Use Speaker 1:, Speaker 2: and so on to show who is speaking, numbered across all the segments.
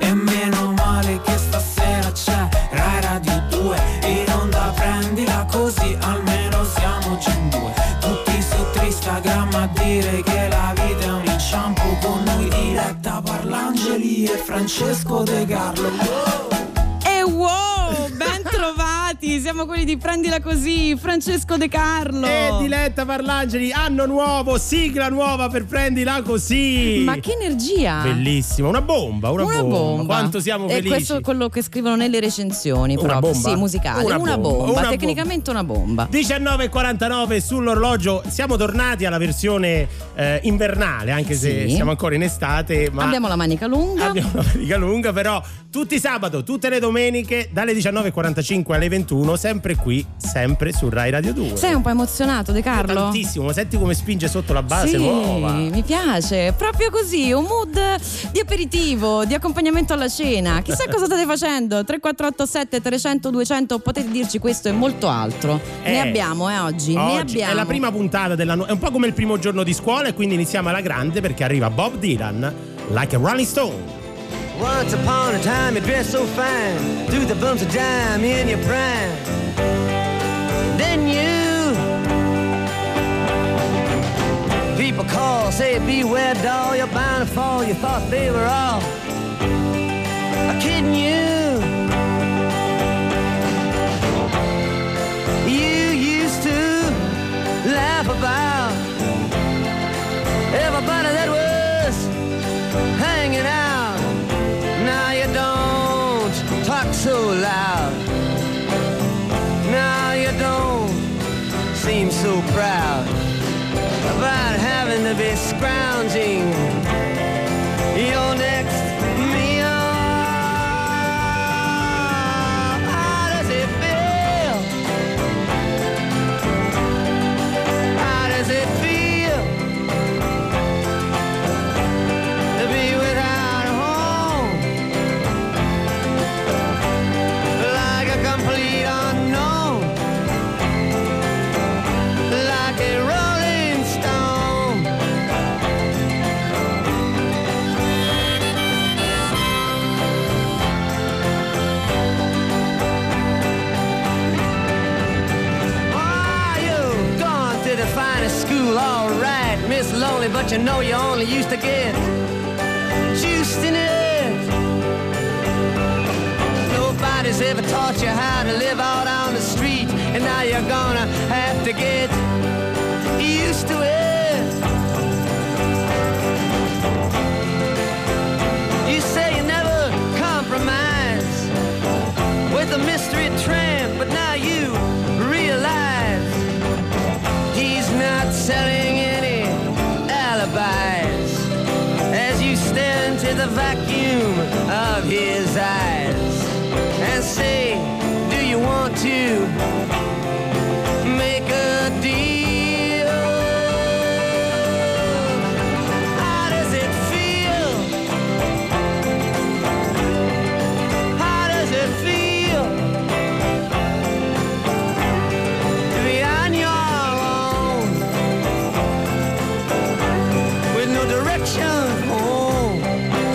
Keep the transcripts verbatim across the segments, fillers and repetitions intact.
Speaker 1: E meno male che stasera c'è Rai Radio due. In onda prendila così almeno siamo già in due. Tutti su Instagram a dire che la vita è un inciampo. Con noi Diletta Parlangeli e Francesco De Carlo.
Speaker 2: E wow, ben trovati, siamo quelli di Prendila Così, Francesco De Carlo
Speaker 3: e Diletta Parlangeli. Anno nuovo, sigla nuova per Prendila Così.
Speaker 2: Ma che energia!
Speaker 3: Bellissima, una bomba, una,
Speaker 2: una bomba.
Speaker 3: bomba. Quanto siamo felici.
Speaker 2: E questo è quello che scrivono nelle recensioni,
Speaker 3: una
Speaker 2: proprio,
Speaker 3: bomba?
Speaker 2: sì, musicali.
Speaker 3: Una,
Speaker 2: una bomba,
Speaker 3: bomba. Una
Speaker 2: tecnicamente
Speaker 3: bomba.
Speaker 2: una bomba.
Speaker 3: diciannove e quarantanove sull'orologio. Siamo tornati alla versione eh, invernale, anche se
Speaker 2: sì.
Speaker 3: siamo ancora in estate, ma
Speaker 2: abbiamo la manica lunga.
Speaker 3: Abbiamo la manica lunga, però tutti i sabato, tutte le domeniche dalle diciannove e quarantacinque alle ventuno, sempre qui, sempre su Rai Radio due.
Speaker 2: Sei un po' emozionato, De Carlo?
Speaker 3: Tantissimo, ma senti come spinge sotto la base
Speaker 2: sì,
Speaker 3: nuova.
Speaker 2: Mi piace, proprio così, un mood di aperitivo, di accompagnamento alla cena. Chissà cosa state facendo? tre quattro otto sette trecento duecento, potete dirci questo e molto altro.
Speaker 3: Eh,
Speaker 2: ne abbiamo, eh, oggi,
Speaker 3: oggi
Speaker 2: ne abbiamo.
Speaker 3: È la prima puntata dell'anno, è un po' come il primo giorno di scuola, e quindi iniziamo alla grande perché arriva Bob Dylan, Like a Rolling Stone.
Speaker 4: Once upon a time you dressed so fine, threw the bumps of dime in your prime. Then you, people call, say beware doll, you're bound to fall. You thought they were all kidding you. You used to laugh about everybody that was hanging out. Now you don't talk so loud. Now you don't seem so proud about having to be scrounging your next meal. How does it feel? How does it feel to be without a home? Like a complete unknown, like a rolling stone. Oh, you've gone to the finest school, all right, Miss Lonely, but you know you only used to get juiced in it. Nobody's ever taught you how to live out on the street, and now you're gonna have to get used to it. You say you never compromise with a mystery tramp, but now you realize he's not selling any alibis as you stare into the vacuum of his eyes and say, do you want to make a deal? How does it feel? How does it feel to be on your own with no direction home?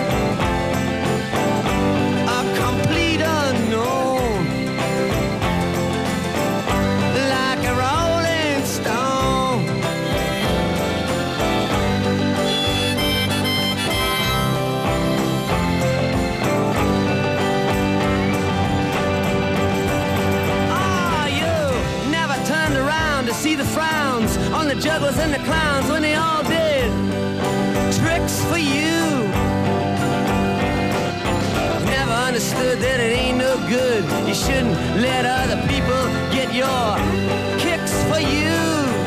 Speaker 4: A complete unknown, like a rolling stone. Oh, you never turned around to see the frowns on the jugglers and the clowns when they all did tricks for you. Never understood that it ain't no good. You shouldn't let other people get your kicks for you.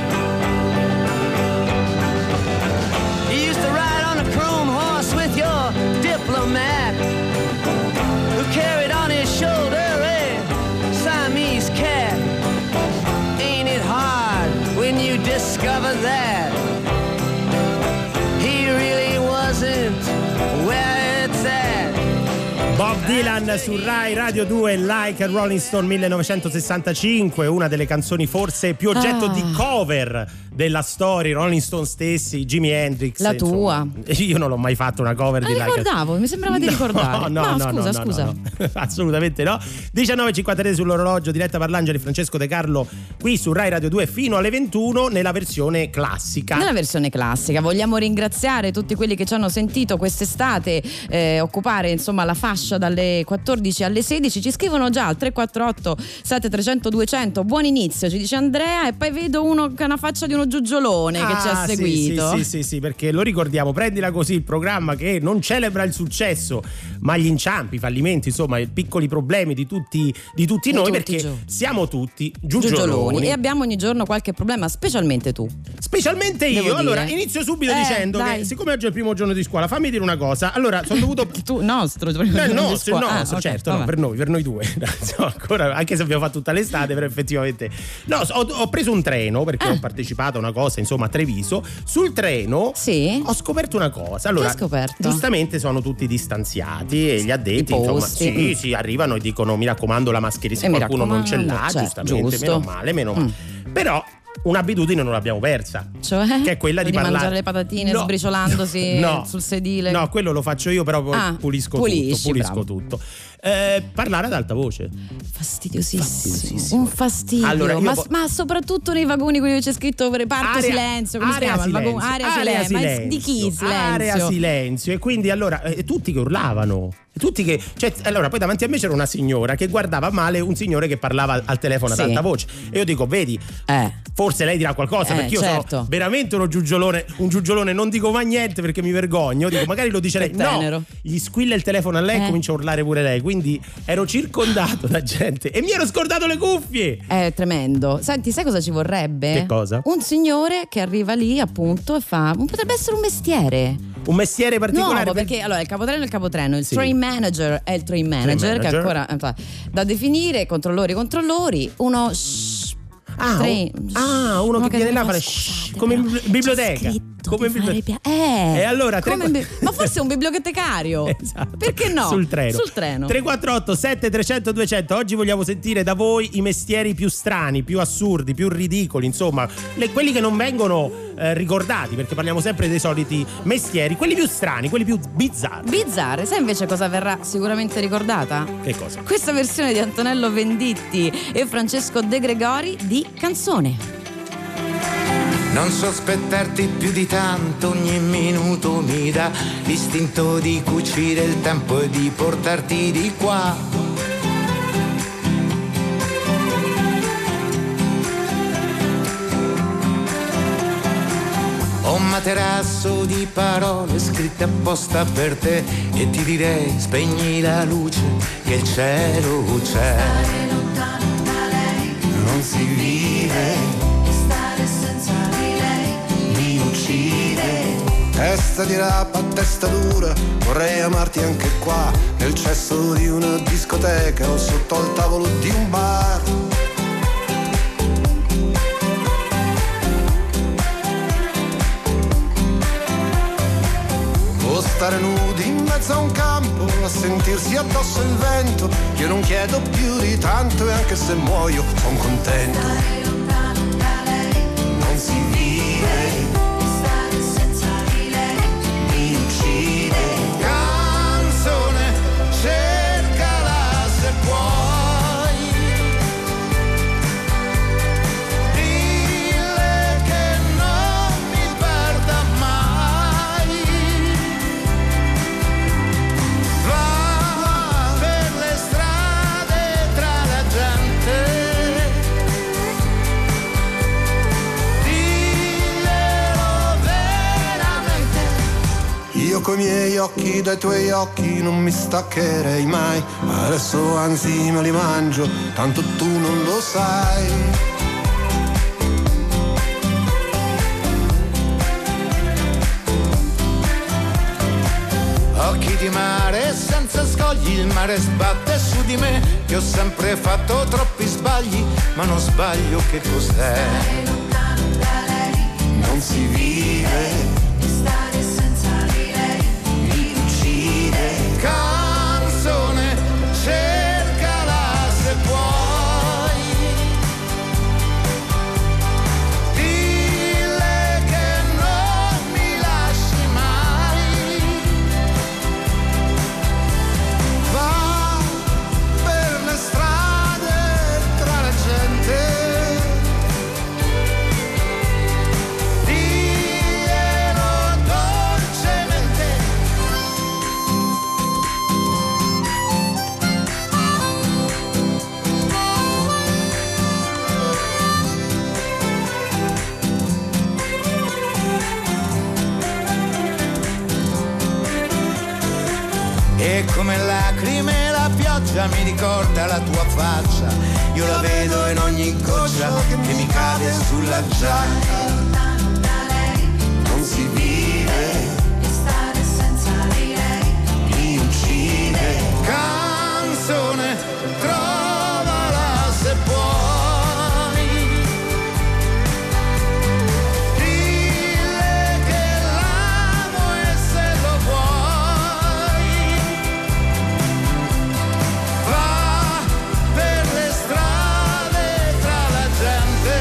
Speaker 4: You used to ride on a chrome horse with your diplomat, who carried on his shoulder a Siamese cat. Ain't it hard when you discover that he really wasn't where it's at?
Speaker 3: Bob Dylan su Rai Radio due, Like a Rolling Stone millenovecentosessantacinque, una delle canzoni forse più oggetto
Speaker 2: Ah.
Speaker 3: di cover della storia, Rolling Stone stessi, Jimi Hendrix.
Speaker 2: La
Speaker 3: insomma.
Speaker 2: tua.
Speaker 3: Io non l'ho mai fatto una cover
Speaker 2: Ma
Speaker 3: di Like a...
Speaker 2: ricordavo, mi sembrava di
Speaker 3: No,
Speaker 2: ricordare.
Speaker 3: no, no,
Speaker 2: scusa,
Speaker 3: no,
Speaker 2: scusa.
Speaker 3: no, no. Assolutamente no. diciannove e cinquantatré sull'orologio, diretta Parlangeli, Francesco De Carlo qui su Rai Radio due fino alle ventuno nella versione classica.
Speaker 2: Nella versione classica vogliamo ringraziare tutti quelli che ci hanno sentito quest'estate eh, occupare insomma la fascia dalle quattordici alle sedici. Ci scrivono già al tre quattro otto sette tre zero zero due zero zero, buon inizio, ci dice Andrea, e poi vedo uno che ha una faccia di uno giugiolone che ci ha
Speaker 3: Ah, sì,
Speaker 2: seguito.
Speaker 3: Sì, sì, sì, sì, perché lo ricordiamo, prendila così, il programma che non celebra il successo, ma gli inciampi, i fallimenti, insomma, i piccoli problemi di tutti, di tutti
Speaker 2: Di
Speaker 3: noi,
Speaker 2: tutti
Speaker 3: perché
Speaker 2: i gio-
Speaker 3: siamo tutti
Speaker 2: Giugioloni.
Speaker 3: giugioloni.
Speaker 2: E abbiamo ogni giorno qualche problema, specialmente tu.
Speaker 3: Specialmente
Speaker 2: Devo
Speaker 3: io.
Speaker 2: dire.
Speaker 3: Allora, inizio subito
Speaker 2: Eh,
Speaker 3: dicendo
Speaker 2: dai.
Speaker 3: che siccome oggi è il primo giorno di scuola, fammi dire una cosa. Allora, sono dovuto
Speaker 2: Tu nostro,
Speaker 3: Eh, no, se- no,
Speaker 2: Ah,
Speaker 3: se-
Speaker 2: ok,
Speaker 3: certo, no,
Speaker 2: vabbè.
Speaker 3: per noi, per noi due. No, ancora, anche se abbiamo fatto tutta l'estate, però effettivamente. No, ho, ho preso un treno perché
Speaker 2: Ah.
Speaker 3: ho partecipato a una cosa, insomma, a Treviso. Sul treno
Speaker 2: Sì.
Speaker 3: ho scoperto una cosa. Allora,
Speaker 2: Che hai scoperto?
Speaker 3: giustamente sono tutti distanziati e gli addetti,
Speaker 2: I
Speaker 3: insomma,
Speaker 2: posti.
Speaker 3: sì,
Speaker 2: Mm.
Speaker 3: sì, arrivano e dicono mi raccomando la mascherina, se
Speaker 2: E mi
Speaker 3: qualcuno non ce
Speaker 2: raccomando,
Speaker 3: l'ha,
Speaker 2: cioè,
Speaker 3: giustamente,
Speaker 2: giusto.
Speaker 3: meno male, meno male.
Speaker 2: Mm.
Speaker 3: Però un'abitudine non l'abbiamo persa.
Speaker 2: Cioè?
Speaker 3: Che è quella di,
Speaker 2: di
Speaker 3: parlare
Speaker 2: mangiare le patatine
Speaker 3: No.
Speaker 2: sbriciolandosi
Speaker 3: No.
Speaker 2: sul sedile.
Speaker 3: No, quello lo faccio io, però poi
Speaker 2: Ah,
Speaker 3: pulisco
Speaker 2: pulisci,
Speaker 3: tutto, pulisco
Speaker 2: bravo.
Speaker 3: tutto. Eh, parlare ad alta voce.
Speaker 2: Fastidiosissimo.
Speaker 3: Fastidiosissimo.
Speaker 2: Un fastidio.
Speaker 3: Allora, io
Speaker 2: ma,
Speaker 3: po-
Speaker 2: ma soprattutto nei vagoni quelli dove c'è scritto reparto
Speaker 3: Area-
Speaker 2: silenzio. Come si
Speaker 3: area
Speaker 2: chiama? Il
Speaker 3: silenzio,
Speaker 2: vagon- area,
Speaker 3: area
Speaker 2: silenzio. Ma di chi
Speaker 3: silenzio,
Speaker 2: silenzio?
Speaker 3: Area silenzio. E quindi allora eh, tutti che urlavano. Tutti che, cioè, allora poi davanti a me c'era una signora che guardava male un signore che parlava al telefono
Speaker 2: Sì.
Speaker 3: ad alta voce. E io dico, vedi,
Speaker 2: Eh.
Speaker 3: forse lei dirà qualcosa,
Speaker 2: Eh,
Speaker 3: perché io
Speaker 2: certo.
Speaker 3: sono veramente uno giugiolone, un giugiolone, non dico mai niente perché mi vergogno. Dico, magari lo dice lei.
Speaker 2: Che tenero.
Speaker 3: No, gli squilla il telefono a lei e
Speaker 2: Eh.
Speaker 3: comincia a urlare pure lei. Quindi ero circondato da gente e mi ero scordato le cuffie.
Speaker 2: È tremendo. Senti, sai cosa ci vorrebbe?
Speaker 3: Che cosa?
Speaker 2: Un signore che arriva lì appunto e fa. Potrebbe essere un mestiere.
Speaker 3: Un mestiere particolare.
Speaker 2: Nuovo,
Speaker 3: per-
Speaker 2: perché allora il capotreno è il capotreno, il
Speaker 3: Sì.
Speaker 2: train manager è il train manager,
Speaker 3: manager.
Speaker 2: che ancora eh, da definire, controllori, controllori, uno shh,
Speaker 3: Ah,
Speaker 2: train-
Speaker 3: un- ah, uno che viene là a fare
Speaker 2: scusate,
Speaker 3: shh, come in
Speaker 2: però
Speaker 3: bibli- biblioteca.
Speaker 2: c'è scritto
Speaker 3: Come in
Speaker 2: di fare
Speaker 3: biblioteca.
Speaker 2: pia- eh,
Speaker 3: E allora,
Speaker 2: come
Speaker 3: tre-
Speaker 2: in bi- ma forse è un bibliotecario.
Speaker 3: Esatto.
Speaker 2: Perché no?
Speaker 3: Sul treno.
Speaker 2: Sul treno.
Speaker 3: tre quattro otto sette tre zero zero due zero zero. Oggi vogliamo sentire da voi i mestieri più strani, più assurdi, più ridicoli, insomma, le- quelli che non vengono eh, ricordati, perché parliamo sempre dei soliti mestieri, quelli più strani, quelli più bizzarri.
Speaker 2: Bizzarre, sai invece cosa verrà sicuramente ricordata?
Speaker 3: Che cosa?
Speaker 2: Questa versione di Antonello Venditti e Francesco De Gregori di Canzone.
Speaker 5: Non sospettarti più di tanto, ogni minuto mi dà l'istinto di cucire il tempo e di portarti di qua. Ho un materasso di parole scritte apposta per te e ti direi spegni la luce che il cielo c'è.
Speaker 6: Stare lontano da lei,
Speaker 5: Non si vive,
Speaker 6: e stare senza di lei mi uccide.
Speaker 7: Testa di rapa, testa dura, vorrei amarti anche qua, nel cesso di una discoteca o sotto al tavolo di un bar. O stare nudi in mezzo a un campo, a sentirsi addosso il vento. Io non chiedo più di tanto e anche se muoio son contento.
Speaker 6: Stare lontano da lei,
Speaker 7: Non si vive,
Speaker 6: e stare senza di lei mi uccide.
Speaker 5: canzone, cercala se puoi. Dille che non mi perda mai. Va per le strade tra la gente. Dillelo veramente.
Speaker 7: io coi miei occhi dai tuoi occhi non mi staccherei mai, ma adesso anzi me li mangio, tanto tu non lo sai.
Speaker 5: Occhi di mare senza scogli, il mare sbatte su di me, che ho sempre fatto troppi sbagli, ma non sbaglio che cos'è.
Speaker 6: Stare lontano da lei,
Speaker 7: Non si vive,
Speaker 6: e stare senza di lei mi uccide.
Speaker 5: Canzone, E come lacrime la pioggia mi ricorda la tua faccia. Io la vedo in ogni goccia che mi cade sulla giacca. Non si vive
Speaker 6: E stare senza di lei
Speaker 5: mi uccide. Canzone, trovala se puoi. Dille che l'amo e se lo vuoi. Va per le strade tra la gente.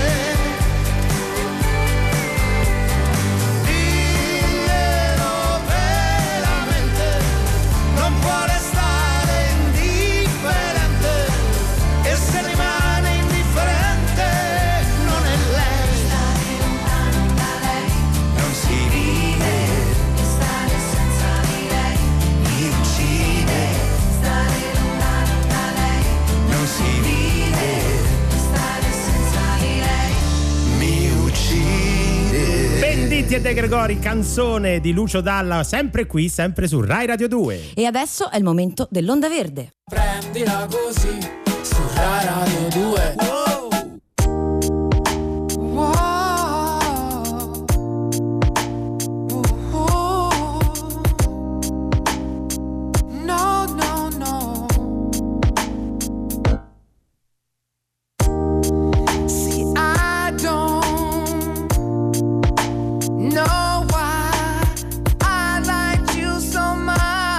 Speaker 5: Diglielo veramente. Non può restare indifferente. E se rimane indifferente non è lei.
Speaker 6: Stare lontano da lei
Speaker 5: Non si vive,
Speaker 6: E stare senza di lei
Speaker 5: mi uccide.
Speaker 6: Stare lontano da lei
Speaker 5: Non si vive,
Speaker 6: E stare senza di lei
Speaker 5: mi uccide.
Speaker 3: Venditti e De Gregori, canzone di Lucio Dalla, sempre qui, sempre su Rai Radio due.
Speaker 2: E adesso è il momento dell'Onda Verde.
Speaker 1: Prendila così su Rai Radio due.
Speaker 8: No, no, no. See, I don't know why I liked you so much.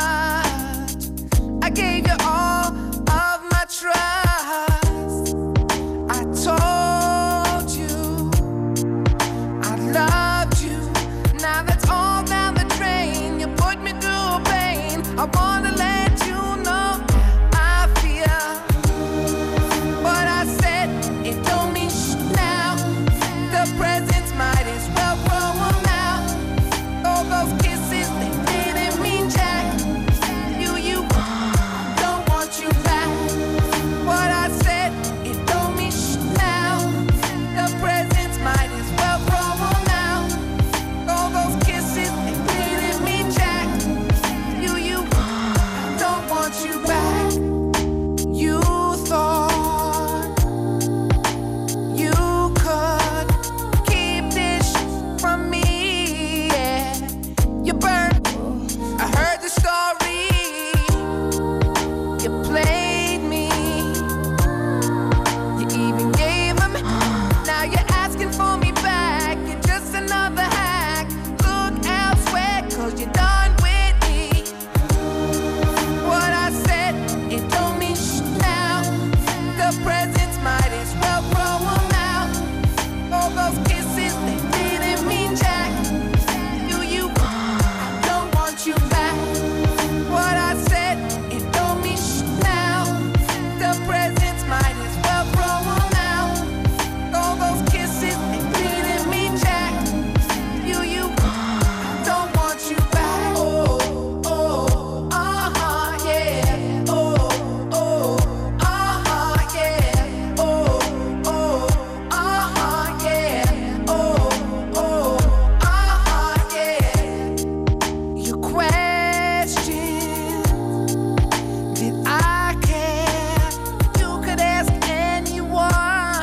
Speaker 8: I gave you all of my trust. I told you I loved you. Now that's all down the drain. You put me through pain. I wanna let you know I feel what I said. It don't mean sh now. The presents might as well roll on out. All those kisses, they didn't mean jack. You, you, don't want you back. What I said, it don't mean sh now. The presents might as well roll on out. All those kisses, they didn't mean jack. You, you, don't want you back. You thought you could keep this from me, yeah. You burned, I heard the story. You played me. You even gave them. Now you're asking for me back. You're just another hack. Look elsewhere, cause you're done with me. What I said, it don't mean sh now. The presents might as well roll on out. All those kisses, they didn't mean jack. You, you, I don't want you back. What I said, it don't mean sh now. The presents might as well roll on out. All those kisses, they didn't mean jack. You, you, I don't want you back. Oh, oh, uh-huh, yeah. Oh, oh, uh-huh, yeah. Oh, oh, uh-huh, yeah. Oh, oh, uh-huh, yeah. You question, did I care? You could ask anyone.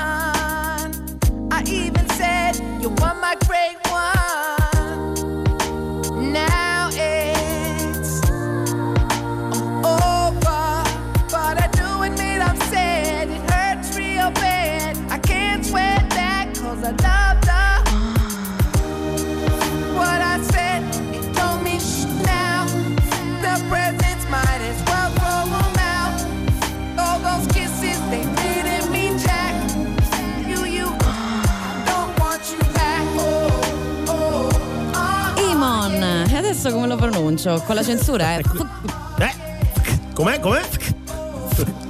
Speaker 8: I even said you were my great one. Now it's all over, but I do admit I'm sad. It hurts real bad. I can't sweat that cause I loved her. What I said, it don't mean sh now. The presents might as well roll on out. All those kisses, they didn't mean jack. You, you, I don't want you back. Oh, oh, uh-huh.
Speaker 2: Imon, e adesso come lo pronuncio? Con la censura, eh?
Speaker 3: Eh? Com'è? Com'è?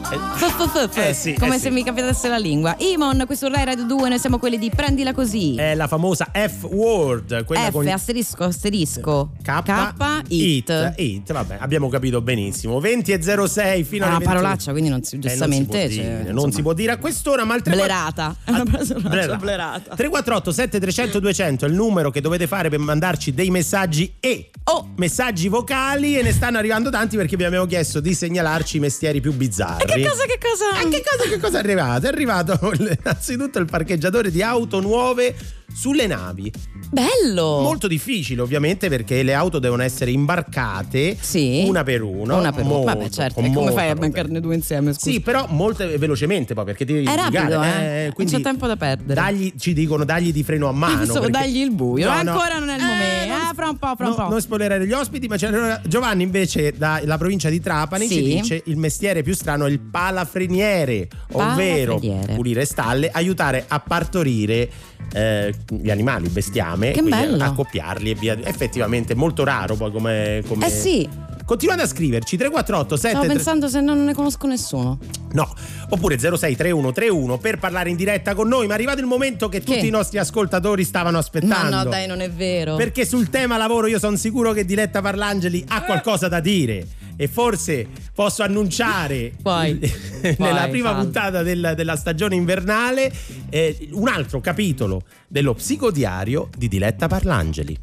Speaker 2: F, f, f,
Speaker 3: Eh sì,
Speaker 2: come
Speaker 3: eh
Speaker 2: se
Speaker 3: sì.
Speaker 2: mi capitasse la lingua. Imon, questo Rai Radio due, noi siamo quelli di Prendila Così.
Speaker 3: È la famosa F-word, quella
Speaker 2: F,
Speaker 3: con
Speaker 2: asterisco, asterisco.
Speaker 3: K,
Speaker 2: K, it.
Speaker 3: it, vabbè, abbiamo capito benissimo. venti e zero sei fino
Speaker 2: È
Speaker 3: alle
Speaker 2: una
Speaker 3: ventuno.
Speaker 2: parolaccia, quindi non si,
Speaker 3: Eh,
Speaker 2: giustamente.
Speaker 3: non si può
Speaker 2: cioè,
Speaker 3: dire, non
Speaker 2: insomma,
Speaker 3: si può dire a quest'ora, ma il tre
Speaker 2: Blerata. È una parolaccia
Speaker 3: Blerata.
Speaker 2: blerata.
Speaker 3: tre quattro otto sette tre zero zero due zero zero è il numero che dovete fare per mandarci dei messaggi e
Speaker 2: Oh.
Speaker 3: messaggi vocali, e ne stanno arrivando tanti perché vi abbiamo chiesto di segnalarci i mestieri più bizzarri.
Speaker 2: E che cosa, che cosa?
Speaker 3: E che cosa, che cosa è arrivato? È arrivato innanzitutto il parcheggiatore di auto nuove sulle navi.
Speaker 2: Bello.
Speaker 3: Molto difficile ovviamente perché le auto devono essere imbarcate
Speaker 2: Sì.
Speaker 3: una per una.
Speaker 2: Una per una.
Speaker 3: molto,
Speaker 2: Vabbè, certo.
Speaker 3: con
Speaker 2: E come
Speaker 3: molta
Speaker 2: fai a
Speaker 3: cautela.
Speaker 2: bancarne due insieme? Scusa.
Speaker 3: Sì, però molto velocemente poi perché devi
Speaker 2: È rapido,
Speaker 3: indicare,
Speaker 2: eh.
Speaker 3: quindi
Speaker 2: Non c'è tempo da perdere.
Speaker 3: Dagli, ci dicono dagli di freno a mano.
Speaker 2: Insomma,
Speaker 3: perché-
Speaker 2: dagli il buio.
Speaker 3: No, no.
Speaker 2: Ancora non è il
Speaker 3: Eh,
Speaker 2: momento.
Speaker 3: non-
Speaker 2: Ah, fra un po', fra un
Speaker 3: no,
Speaker 2: po'.
Speaker 3: Non spoilerare gli ospiti, ma c'è Giovanni invece dalla provincia di Trapani
Speaker 2: Sì.
Speaker 3: ci dice il mestiere più strano è il palafreniere, ovvero
Speaker 2: Palafreniere.
Speaker 3: pulire stalle, aiutare a partorire eh, gli animali, il bestiame,
Speaker 2: Che
Speaker 3: quindi
Speaker 2: bello.
Speaker 3: accoppiarli e via. Effettivamente molto raro poi come, come...
Speaker 2: Eh sì,
Speaker 3: Continuate a scriverci tre quattro otto sette
Speaker 2: stavo
Speaker 3: tre
Speaker 2: pensando se no, non ne conosco nessuno.
Speaker 3: No, oppure zero sei tre uno tre uno per parlare in diretta con noi, ma è arrivato il momento che,
Speaker 2: Che?
Speaker 3: tutti i nostri ascoltatori stavano
Speaker 2: Ma
Speaker 3: aspettando.
Speaker 2: no, dai, non è vero.
Speaker 3: Perché sul tema lavoro io sono sicuro che Diletta Parlangeli ha qualcosa da dire e forse posso annunciare
Speaker 2: Poi,
Speaker 3: nella
Speaker 2: poi,
Speaker 3: prima
Speaker 2: fallo.
Speaker 3: puntata del- della stagione invernale eh, un altro capitolo dello psicodiario di Diletta Parlangeli.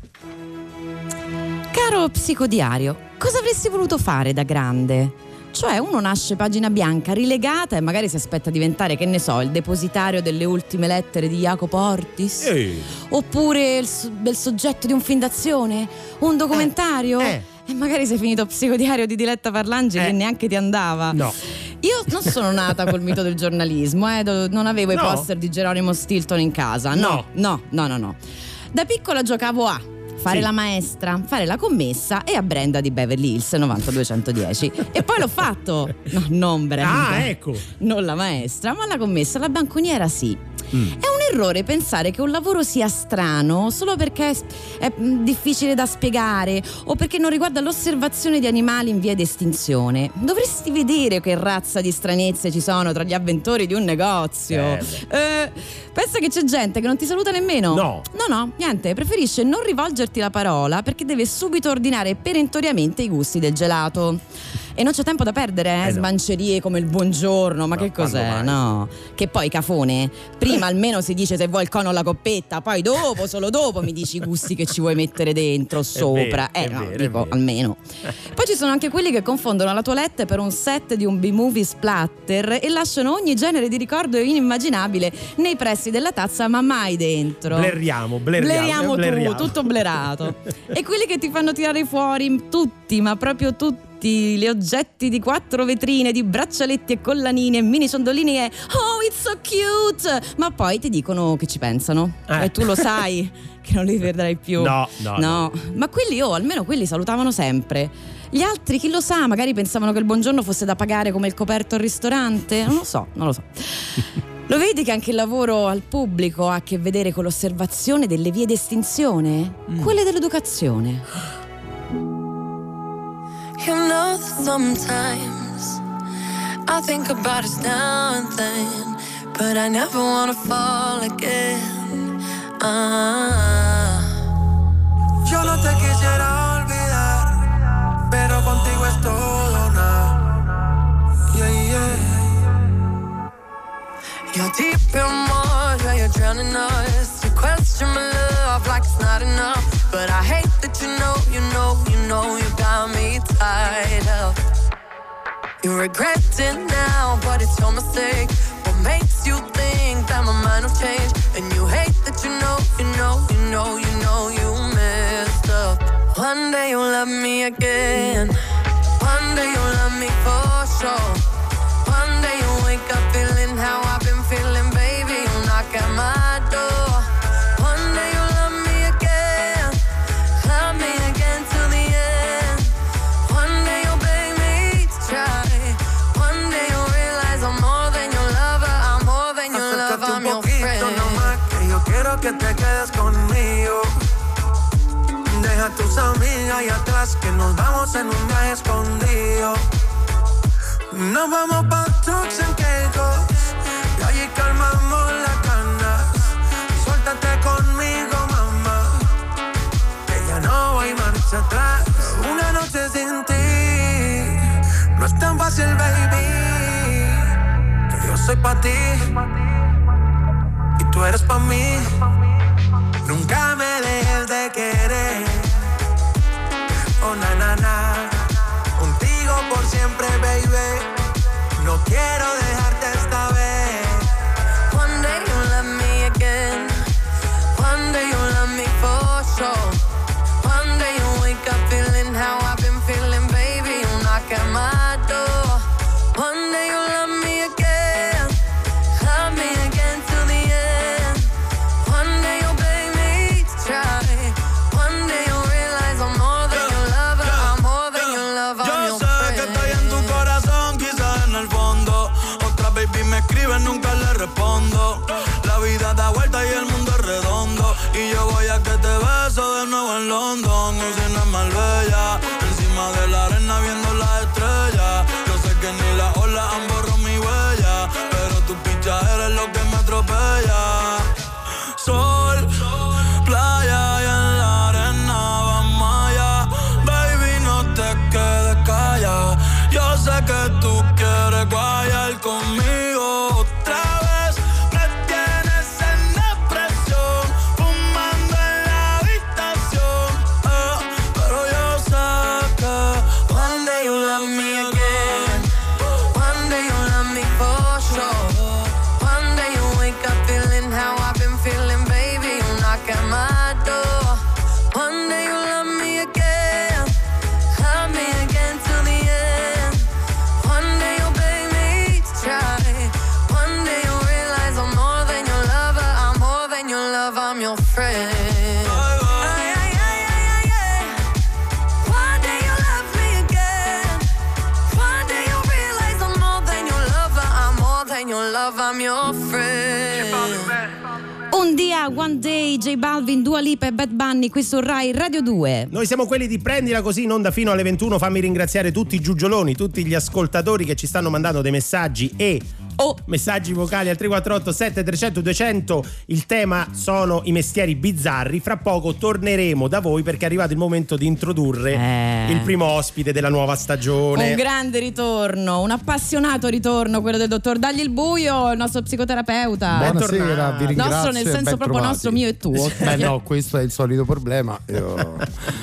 Speaker 2: Caro psicodiario, cosa avresti voluto fare da grande? Cioè, uno nasce pagina bianca, rilegata, e magari si aspetta di diventare, che ne so, il depositario delle ultime lettere di Jacopo Ortis?
Speaker 3: Ehi.
Speaker 2: Oppure il, so- del soggetto di un film d'azione? Un documentario?
Speaker 3: Eh, eh.
Speaker 2: E magari sei finito psicodiario di Diletta Parlangeli
Speaker 3: Eh.
Speaker 2: e neanche ti andava.
Speaker 3: No.
Speaker 2: Io non sono nata col mito del giornalismo, eh, do- non avevo i
Speaker 3: No.
Speaker 2: poster di Geronimo Stilton in casa. No, no, no, no, no. Da piccola giocavo a fare
Speaker 3: Sì.
Speaker 2: la maestra, fare la commessa e a Brenda di Beverly Hills novanta duecentodieci. E poi l'ho fatto. No, non Brenda.
Speaker 3: Ah, ecco.
Speaker 2: Non la maestra, ma la commessa, la banconiera sì.
Speaker 3: Mm.
Speaker 2: È un errore pensare che un lavoro sia strano solo perché è, è mm, difficile da spiegare o perché non riguarda l'osservazione di animali in via d'estinzione. Dovresti vedere che razza di stranezze ci sono tra gli avventori di un negozio.
Speaker 3: Eh,
Speaker 2: Eh, pensa che c'è gente che non ti saluta nemmeno.
Speaker 3: No.
Speaker 2: No, no, niente, preferisce non rivolgerti la parola perché deve subito ordinare perentoriamente i gusti del gelato. E non c'è tempo da perdere, eh,
Speaker 3: Eh no.
Speaker 2: smancerie come il buongiorno, ma
Speaker 3: No,
Speaker 2: che cos'è?
Speaker 3: quando mai?
Speaker 2: No. Che poi cafone, prima almeno si dice se vuoi il cono o la coppetta, poi dopo, solo dopo mi dici i gusti che ci vuoi mettere dentro, sopra.
Speaker 3: vero,
Speaker 2: eh
Speaker 3: è
Speaker 2: no,
Speaker 3: vero, è
Speaker 2: dico
Speaker 3: vero.
Speaker 2: almeno. Poi ci sono anche quelli che confondono la toilette per un set di un B-movie splatter e lasciano ogni genere di ricordo inimmaginabile nei pressi della tazza, ma mai dentro.
Speaker 3: Bleriamo, bleriamo,
Speaker 2: Bleriamo
Speaker 3: bleriamo.
Speaker 2: tu, tutto blerato. E quelli che ti fanno tirare fuori tutti, ma proprio tutti gli oggetti di quattro vetrine, di braccialetti e collanini e mini ciondolini e oh, it's so cute! Ma poi ti dicono che ci pensano.
Speaker 3: Eh.
Speaker 2: E tu lo sai che non li vedrai più.
Speaker 3: No, no, no.
Speaker 2: Ma quelli, oh, almeno quelli salutavano sempre. Gli altri, chi lo sa, magari pensavano che il buongiorno fosse da pagare come il coperto al ristorante. Non lo so, non lo so. Lo vedi che anche il lavoro al pubblico ha a che vedere con l'osservazione delle vie d'estinzione?
Speaker 3: Mm.
Speaker 2: Quelle dell'educazione.
Speaker 6: You know that sometimes I think about us now and then, but I never wanna fall again. Ah.
Speaker 8: Yo no te quisiera olvidar, pero contigo es todo nada. Yeah, yeah.
Speaker 6: You're deep in water, you're drowning us. You question my love like it's not enough, but I hate that you know, you know, you know you got me tied up. You regret it now, but it's your mistake. What makes you think that my mind will change? And you hate that you know, you know, you know, you know you messed up. One day you'll love me again. One day you'll love me for sure. One day you'll wake up feeling how I've been feeling, baby. You'll knock at my door. One day you'll love me again. Love me again till the end. One day you'll beg me to try. One day you'll realize I'm more than your lover. I'm more than your lover,
Speaker 8: Acércate
Speaker 6: I'm
Speaker 8: un
Speaker 6: your
Speaker 8: poquito
Speaker 6: friend.
Speaker 8: nomás, que yo quiero que te quedes conmigo. Deja a tus amigas ahí atrás, que nos vamos en un viaje escondido. Nos vamos pa' Turks and Caicos y allí calmamos las ganas. Suéltate conmigo, mamá, que ya no hay marcha atrás. Una noche sin ti no es tan fácil, baby, que yo soy pa' ti y tú eres pa' mí. Nunca me dejes de querer, oh na na na, contigo por siempre, baby, no quiero dejarte esta vez.
Speaker 6: One day you'll love me again, one day you'll love me for sure. One day you'll wake up feeling how I've been feeling, baby, you'll knock at my door. One day you'll love me again, love me again till the end. One day you'll beg me to try, one day you'll realize I'm more than your lover, I'm more than your lover, I'm your friend.
Speaker 9: Yo sé que estoy en tu corazón, quizás en el fondo. Otra baby me escribe, nunca le respondo. La vida da vuelta y el mundo es redondo, y yo voy a que te beso de nuevo en London. Usina es Marbella, encima de la arena viendo las estrellas. Yo sé que ni las olas han borrado mi huella, pero tu picha eres lo que me atropella. Sol, playa y en la arena vamos allá. Baby, no te quedes callada, yo sé que tú quieres guayar conmigo otra vez. Me tienes en depresión, fumando en la habitación, eh, pero yo sé que
Speaker 6: One day you'll love me again, one day you'll love me for sure. One day you'll wake up feeling how I've been feeling, baby, you'll knock at my door. One day you'll love me again, love me again till the end. One day you'll beg me to try, one day you'll realize I'm more than your lover, I'm more than your lover, I'm your friend. Ay, ay, ay, ay, ay, ay. One day you'll love me again, one day you'll realize I'm more than your lover, I'm more than your lover, I'm your friend.
Speaker 2: Un dia, One Day, J Balvin, Dua Lipa e Bad Bunny, qui su Rai Radio due.
Speaker 3: Noi siamo quelli di Prendila Così, in onda fino alle ventuno. Fammi ringraziare tutti i giugioloni, tutti gli ascoltatori che ci stanno mandando dei messaggi e o messaggi vocali al tre quattro otto sette tre zero zero due zero zero. Il tema sono i mestieri bizzarri. Fra poco torneremo da voi perché è arrivato il momento di introdurre
Speaker 2: Eh.
Speaker 3: il primo ospite della nuova stagione.
Speaker 2: Un grande ritorno, un appassionato ritorno, quello del dottor Dagli il Buio, il nostro psicoterapeuta.
Speaker 10: Buonasera, vi ringrazio.
Speaker 2: Nostro nel
Speaker 10: e
Speaker 2: senso
Speaker 10: ben
Speaker 2: proprio
Speaker 10: trovati.
Speaker 2: nostro, mio e tuo.
Speaker 10: Beh no, questo è il solito problema. Io...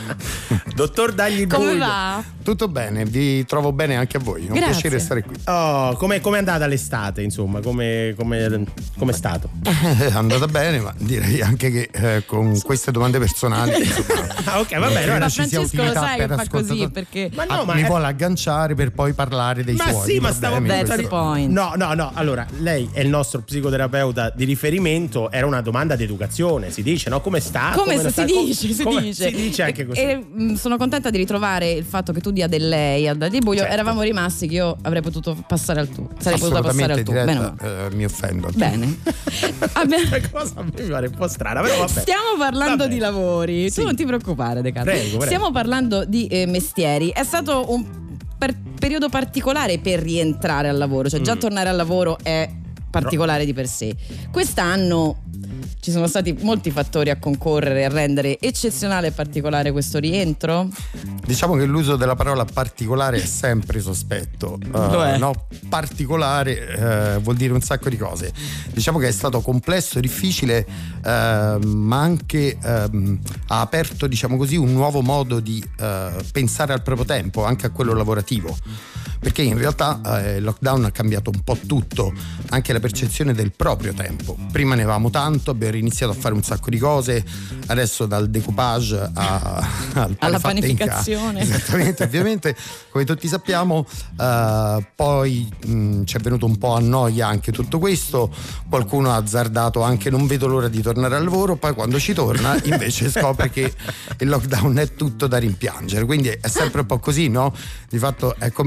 Speaker 3: Dottor Dagli il
Speaker 2: Come
Speaker 3: Buio.
Speaker 2: va?
Speaker 10: Tutto bene, vi trovo bene anche a voi. È un
Speaker 2: Grazie.
Speaker 10: piacere stare qui.
Speaker 3: Oh, com'è, com'è andata l'estate, insomma? Come come, com'è stato?
Speaker 10: È andata bene, ma direi anche che eh, con queste domande personali insomma,
Speaker 3: Ah, ok, va bene.
Speaker 10: credo
Speaker 3: allora-
Speaker 2: Ma
Speaker 10: ci sia
Speaker 2: Francesco lo
Speaker 10: utilità
Speaker 2: sai che
Speaker 10: per
Speaker 2: fa così
Speaker 10: ascoltatori.
Speaker 2: perché
Speaker 3: Ma
Speaker 10: Ah,
Speaker 3: no, ma
Speaker 10: mi
Speaker 3: è-
Speaker 10: vuole agganciare per poi parlare dei
Speaker 3: Ma
Speaker 10: suoi
Speaker 3: sì,
Speaker 10: di
Speaker 3: ma stavo
Speaker 10: problemi,
Speaker 2: That's
Speaker 10: questo-
Speaker 2: the point.
Speaker 3: No, no, no. Allora, lei è il nostro psicoterapeuta di riferimento. Era una domanda di educazione, si dice, no? Come sta?
Speaker 2: Come,
Speaker 3: lo
Speaker 2: si
Speaker 3: sta?
Speaker 2: dice, si
Speaker 3: come-
Speaker 2: dice.
Speaker 3: Si dice anche così.
Speaker 2: E, e, mh, sono contenta di ritrovare il fatto che tu dia del lei a Dagli il Buio.
Speaker 3: Certo.
Speaker 2: Eravamo rimasti che io avrei potuto passare al tu. Sarei potuta passare al
Speaker 10: Assolutamente
Speaker 2: tu. Bene,
Speaker 10: diretta,
Speaker 2: ma-
Speaker 10: eh, mi offendo.
Speaker 2: Bene. Abbiamo-
Speaker 3: Questa cosa a me mi pare un po' strana, però vabbè.
Speaker 2: Stiamo parlando
Speaker 3: Vabbè.
Speaker 2: di lavori.
Speaker 3: Sì.
Speaker 2: Tu non ti preoccupare, De Carlo.
Speaker 3: Prego, prego.
Speaker 2: Stiamo parlando di eh, mestieri. È stato un per- periodo particolare per rientrare al lavoro, cioè già
Speaker 3: Mm.
Speaker 2: tornare al lavoro è particolare di per sé. Quest'anno ci sono stati molti fattori a concorrere a rendere eccezionale e particolare questo rientro.
Speaker 10: Diciamo che l'uso della parola particolare è sempre sospetto. Uh,
Speaker 2: Lo è.
Speaker 10: no, particolare eh, vuol dire un sacco di cose. Diciamo che è stato complesso, difficile, eh, ma anche ehm, ha aperto, diciamo così, un nuovo modo di eh, pensare al proprio tempo, anche a quello lavorativo. Perché in realtà eh, il lockdown ha cambiato un po' tutto, anche la percezione del proprio tempo. Prima ne avevamo tanto, abbiamo iniziato a fare un sacco di cose, adesso dal decoupage a, al
Speaker 2: Alla
Speaker 10: fatte in ca-
Speaker 2: panificazione.
Speaker 10: Esattamente, ovviamente, come tutti sappiamo, eh, poi mh, ci è venuto un po' a noia anche tutto questo, qualcuno ha azzardato anche non vedo l'ora di tornare al lavoro, poi quando ci torna invece scopre che il lockdown è tutto da rimpiangere, quindi è sempre un po' così, no? Di fatto è come la prima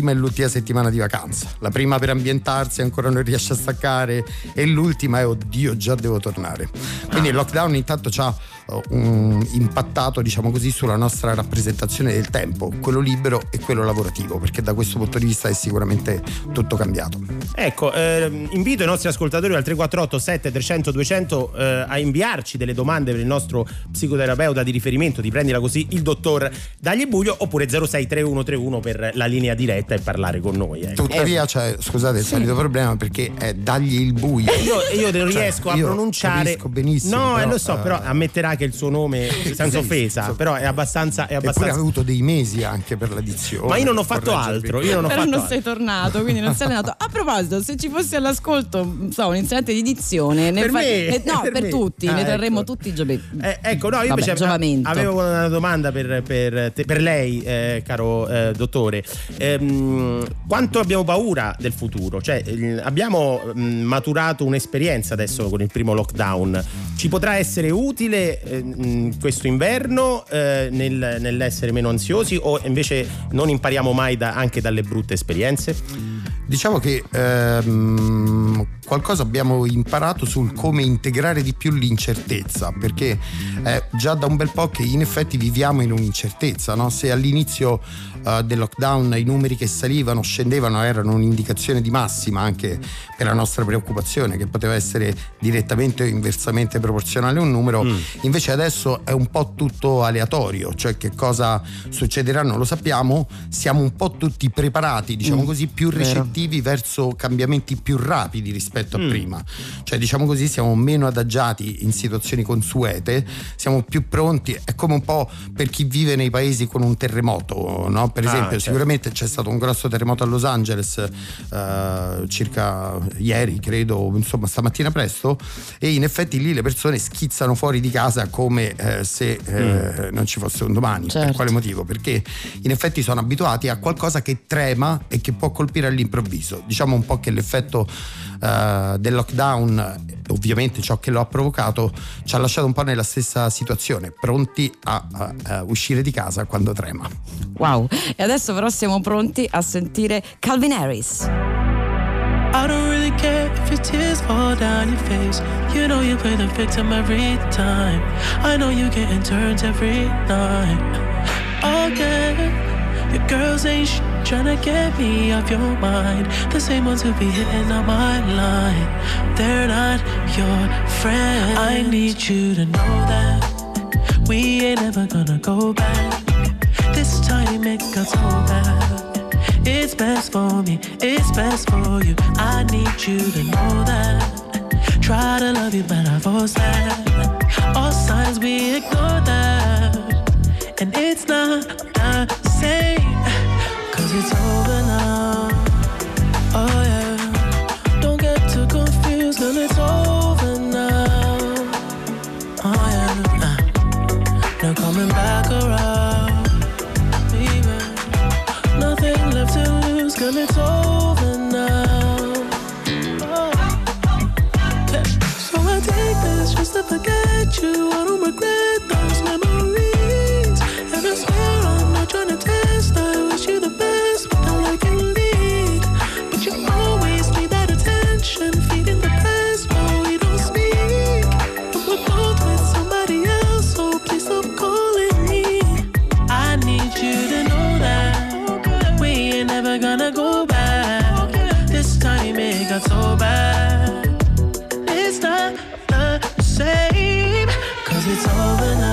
Speaker 10: prima e l'ultima settimana di vacanza. La prima per ambientarsi, ancora non riesce a staccare, e l'ultima è oddio, già devo tornare. Quindi il lockdown intanto ci ha um, impattato, diciamo così, sulla nostra rappresentazione del tempo, quello libero e quello lavorativo, perché da questo punto di vista è sicuramente tutto cambiato.
Speaker 3: Ecco, eh, invito i nostri ascoltatori al tre quattro otto sette trecento duecento eh, a inviarci delle domande per il nostro psicoterapeuta di riferimento, di prendila così, il dottor Dagli Buglio, oppure zero sei tre uno tre uno per la linea diretta e parlare con noi. Ecco.
Speaker 10: Tuttavia c'è, scusate, il sì. solito problema, perché è Dagli il Buio.
Speaker 3: Io, io non
Speaker 10: cioè,
Speaker 3: riesco a
Speaker 10: io
Speaker 3: pronunciare
Speaker 10: benissimo.
Speaker 3: No,
Speaker 10: però,
Speaker 3: eh, lo so,
Speaker 10: uh,
Speaker 3: però ammetterà che il suo nome senza offesa, so, però è abbastanza è abbastanza.
Speaker 10: Eppure ha avuto dei mesi anche per la dizione.
Speaker 3: Ma io non ho fatto altro, io non ho
Speaker 2: però
Speaker 3: fatto
Speaker 2: non
Speaker 3: altro.
Speaker 2: sei tornato, quindi non sei allenato. A proposito, se ci fosse all'ascolto, so, un insegnante di dizione, ne
Speaker 3: per
Speaker 2: fa...
Speaker 3: me,
Speaker 2: ne... no, per,
Speaker 3: per
Speaker 2: tutti,
Speaker 3: ah,
Speaker 2: ne trarremmo
Speaker 3: ecco.
Speaker 2: tutti i giovedì.
Speaker 3: Eh, ecco, no, io
Speaker 2: Vabbè,
Speaker 3: invece
Speaker 2: giovamento.
Speaker 3: avevo una domanda per, per, te, per lei, eh, caro eh, dottore. Ehm, quanto abbiamo paura del futuro? Cioè, eh, abbiamo mh, maturato un'esperienza adesso con il primo lockdown. Ci potrà essere utile eh, mh, questo inverno eh, nel, nell'essere meno ansiosi, o invece non impariamo mai da, anche dalle brutte esperienze?
Speaker 10: Diciamo che ehm, qualcosa abbiamo imparato sul come integrare di più l'incertezza, perché è già da un bel po' che in effetti viviamo in un'incertezza, no? Se all'inizio uh, del lockdown i numeri che salivano, scendevano, erano un'indicazione di massima anche per la nostra preoccupazione, che poteva essere direttamente o inversamente proporzionale a un numero, mm. invece adesso è un po' tutto aleatorio, cioè che cosa succederà non lo sappiamo, siamo un po' tutti preparati, diciamo mm. così, più recettivi verso cambiamenti più rapidi rispetto a mm. prima, cioè diciamo così siamo meno adagiati in situazioni consuete, siamo più pronti, è come un po' per chi vive nei paesi con un terremoto, no? Per esempio, ah, certo. sicuramente c'è stato un grosso terremoto a Los Angeles uh, circa ieri, credo, insomma stamattina presto, e in effetti lì le persone schizzano fuori di casa come eh, se eh, mm. non ci fosse un domani. Certo. Per quale motivo? Perché in effetti sono abituati a qualcosa che trema e che può colpire all'improvviso. Diciamo un po' che l'effetto uh, del lockdown, ovviamente ciò che lo ha provocato, ci ha lasciato un po' nella stessa situazione, pronti a, a, a uscire di casa quando trema.
Speaker 2: Wow, e adesso però siamo pronti a sentire Calvin Harris.
Speaker 11: I don't really care if your tears fall down your face. You know you play the victim every time. I know you getting turns every night. Again, your girls ain't sh- tryna get me off your mind. The same ones who be hitting on my line, they're not your friends. I need you to know that we ain't ever gonna go back. This time it got so bad. It's best for me, it's best for you. I need you to know that. Try to love you, but I force that. All signs we ignore that. And it's not the same, cause it's over now. Oh yeah, don't get too confused, girl, it's over now. Oh yeah, uh, no coming back around. Baby, nothing left to lose, girl, it's over now. Oh. Yeah. So I take this just to forget you. I don't regret those memories, and I swear I'm not trying to test. I wish you the best, but I like you lead. But you always need that attention, feeding the press while we don't speak. But we're both with somebody else, so please stop calling me. I need you to know that we ain't never gonna go back. This time it got so bad. It's not the same, cause it's over now.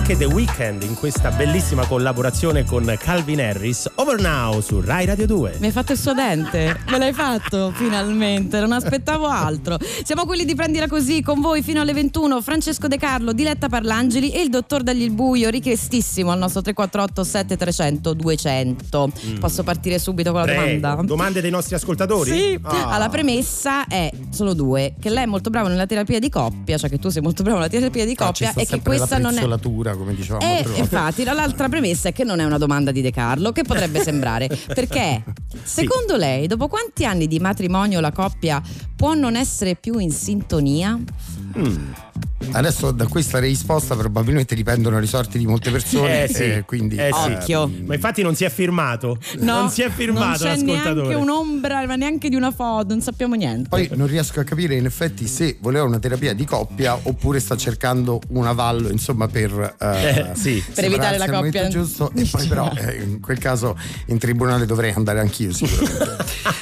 Speaker 3: anche The Weeknd in questa bellissima collaborazione con Calvin Harris. Over Now su Rai Radio due.
Speaker 2: Mi hai fatto il suo dente, me l'hai fatto finalmente, non aspettavo altro. Siamo quelli di Prendila Così, con voi fino alle ventuno, Francesco De Carlo, Diletta Parlangeli e il dottor Dagli il Buio, richiestissimo al nostro tre quattro otto sette tre zero zero due zero zero. Mm. Posso partire subito con la
Speaker 3: Prego.
Speaker 2: domanda?
Speaker 3: Domande dei nostri ascoltatori?
Speaker 2: Sì.
Speaker 3: Ah.
Speaker 2: Alla premessa è, sono due, che lei è molto brava nella terapia di coppia, cioè che tu sei molto bravo nella terapia di coppia,
Speaker 10: no,
Speaker 2: e che questa non è,
Speaker 10: come dicevamo,
Speaker 2: e infatti l'altra premessa è che non è una domanda di De Carlo, che potrebbe sembrare, perché secondo sì. lei dopo quanti anni di matrimonio la coppia può non essere più in sintonia?
Speaker 10: Mm. Adesso da questa risposta probabilmente dipendono le sorti di molte persone,
Speaker 3: eh sì,
Speaker 10: eh, quindi
Speaker 3: eh sì.
Speaker 2: occhio.
Speaker 3: Ma infatti non si è firmato,
Speaker 2: no,
Speaker 3: non si è firmato
Speaker 2: non c'è
Speaker 3: l'ascoltatore.
Speaker 2: neanche un'ombra, ma neanche di una foto, non sappiamo niente.
Speaker 10: Poi non riesco a capire in effetti se voleva una terapia di coppia oppure sta cercando un avallo, insomma, per, eh,
Speaker 3: eh, sì.
Speaker 2: per evitare la coppia
Speaker 10: giusto, e poi però eh, in quel caso in tribunale dovrei andare anch'io sicuramente.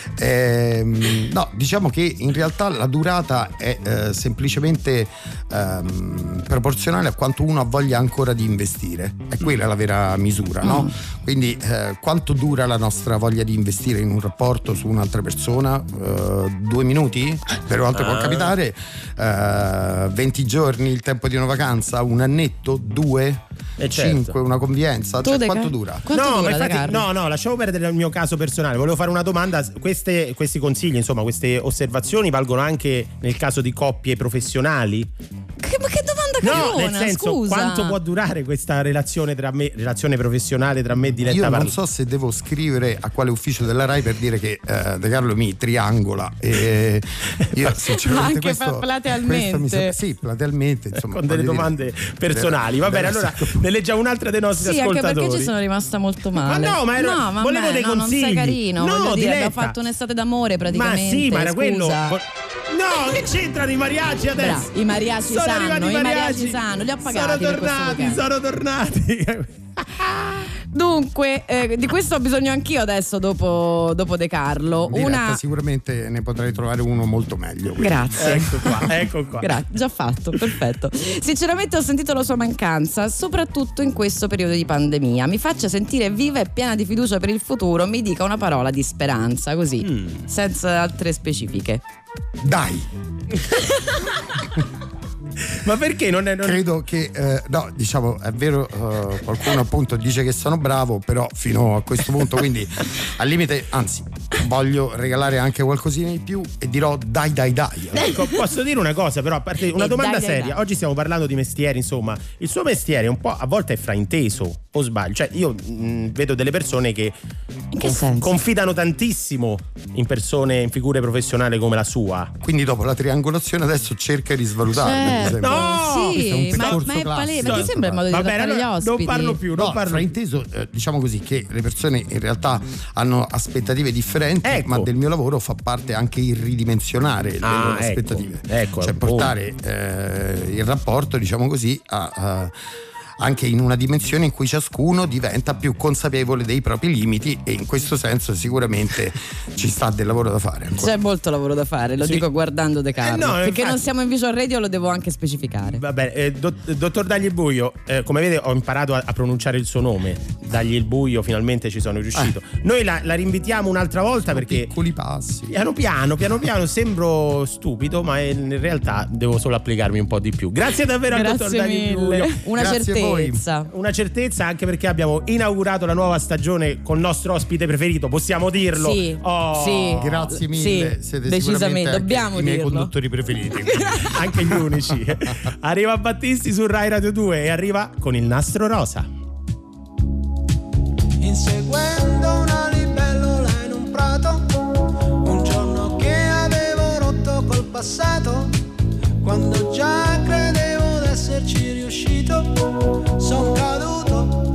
Speaker 10: eh, no, diciamo che in realtà la durata è eh, semplicemente ehm, proporzionale a quanto uno ha voglia ancora di investire. È quella la vera misura, no? Mm. Quindi eh, quanto dura la nostra voglia di investire in un rapporto su un'altra persona? Uh, due minuti? Per quanto ah. può capitare, uh, venti giorni, il tempo di una vacanza, un annetto, due,
Speaker 3: eh certo.
Speaker 10: cinque, una convivenza, cioè, quanto dura?
Speaker 2: Quanto
Speaker 3: no,
Speaker 2: dura,
Speaker 3: ma infatti, no, no, lasciamo perdere il mio caso personale. Volevo fare una domanda. Queste, questi consigli, insomma, queste osservazioni valgono anche nel caso di coppie professionali?
Speaker 2: Che, ma che domanda
Speaker 3: No,
Speaker 2: carona,
Speaker 3: nel senso,
Speaker 2: scusa.
Speaker 3: quanto può durare questa relazione tra me, relazione professionale tra me e Diletta
Speaker 10: Io non
Speaker 3: Parla?
Speaker 10: so se devo scrivere a quale ufficio della Rai per dire che eh, De Carlo mi triangola e io sinceramente
Speaker 2: anche
Speaker 10: questo,
Speaker 2: platealmente
Speaker 10: questo mi, sì, platealmente, insomma,
Speaker 3: con delle domande dire, personali. Va bene, allora ne leggiamo un'altra dei nostri
Speaker 2: sì,
Speaker 3: ascoltatori.
Speaker 2: Anche perché ci sono rimasta molto male.
Speaker 3: Ma no, ma ero,
Speaker 2: no, vabbè,
Speaker 3: volevo dei
Speaker 2: no,
Speaker 3: consigli.
Speaker 2: Non sei carino,
Speaker 3: no,
Speaker 2: voglio dire,
Speaker 3: Diletta.
Speaker 2: abbiamo fatto un'estate d'amore praticamente.
Speaker 3: Ma sì, ma era
Speaker 2: scusa.
Speaker 3: quello. No, che c'entrano i mariachi adesso?
Speaker 2: Bra, I mariachi
Speaker 3: sono
Speaker 2: sanno, i mariachi. mariachi sanno, li ho pagati.
Speaker 3: Sono tornati, sono tornati.
Speaker 2: Dunque, eh, di questo ho bisogno anch'io adesso dopo, dopo De Carlo.
Speaker 10: Diletta,
Speaker 2: una...
Speaker 10: sicuramente ne potrai trovare uno molto meglio. Quindi.
Speaker 2: Grazie.
Speaker 3: Ecco qua, ecco qua.
Speaker 2: Grazie, già fatto, perfetto. Sinceramente ho sentito la sua mancanza, soprattutto in questo periodo di pandemia. Mi faccia sentire viva e piena di fiducia per il futuro, mi dica una parola di speranza, così, mm. senza altre specifiche.
Speaker 10: Dai!
Speaker 3: Ma perché non è non...
Speaker 10: Credo che eh, no, diciamo, è vero, uh, qualcuno appunto dice che sono bravo, però fino a questo punto, quindi al limite, anzi, voglio regalare anche qualcosina di più e dirò dai dai dai.
Speaker 3: Ecco, posso dire una cosa, però, a parte una
Speaker 2: e
Speaker 3: domanda
Speaker 2: dai,
Speaker 3: seria.
Speaker 2: dai, dai.
Speaker 3: Oggi stiamo parlando di mestieri, insomma, il suo mestiere un po' a volte è frainteso, o sbaglio? Cioè, io mh, vedo delle persone che,
Speaker 2: in che
Speaker 3: conf-
Speaker 2: senso?
Speaker 3: confidano tantissimo in persone, in figure professionali come la sua.
Speaker 10: Quindi dopo la triangolazione adesso cerca di svalutarmi.
Speaker 2: Certo.
Speaker 3: No!
Speaker 2: Sì, ma, ma è palese, ma ti sembra il modo di
Speaker 3: Vabbè,
Speaker 2: trattare
Speaker 3: allora,
Speaker 2: gli ospiti?
Speaker 3: non parlo più, non
Speaker 10: no,
Speaker 3: parlo
Speaker 10: frainteso, eh, diciamo così, che le persone in realtà hanno aspettative differenti,
Speaker 3: ecco.
Speaker 10: ma del mio lavoro fa parte anche il ridimensionare le
Speaker 3: ah,
Speaker 10: loro
Speaker 3: ecco,
Speaker 10: aspettative.
Speaker 3: Ecco,
Speaker 10: cioè portare eh, il rapporto, diciamo così, a, a anche in una dimensione in cui ciascuno diventa più consapevole dei propri limiti, e in questo senso sicuramente ci sta del lavoro da fare ancora.
Speaker 2: C'è molto lavoro da fare, lo
Speaker 3: sì.
Speaker 2: dico guardando De Carlo,
Speaker 3: eh no,
Speaker 2: perché
Speaker 3: infatti...
Speaker 2: non siamo in visual radio, lo devo anche specificare.
Speaker 3: Va bene, eh, dott- dottor Dagli il Buio, eh, come vede ho imparato a, a pronunciare il suo nome. Dagli il Buio, finalmente ci sono riuscito. Eh. Noi la, la rinvitiamo un'altra volta sono perché
Speaker 10: piccoli passi.
Speaker 3: Piano piano, piano piano sembro stupido, ma in realtà devo solo applicarmi un po' di più. Grazie davvero al dottor Dagli il Buio.
Speaker 2: Una
Speaker 10: Grazie
Speaker 2: certezza.
Speaker 3: Una certezza, anche perché abbiamo inaugurato la nuova stagione con il nostro ospite preferito, possiamo dirlo?
Speaker 2: Sì,
Speaker 3: oh.
Speaker 2: sì.
Speaker 10: Grazie mille,
Speaker 2: sì,
Speaker 10: siete
Speaker 2: decisamente, dobbiamo
Speaker 10: i miei
Speaker 2: dirlo.
Speaker 10: conduttori preferiti.
Speaker 3: Anche gli unici. Arriva Battisti su Rai Radio due e arriva con il nastro rosa.
Speaker 12: Inseguendo una libellula in un prato, un giorno che avevo rotto col passato, quando già credevo d'esserci riuscito, son caduto.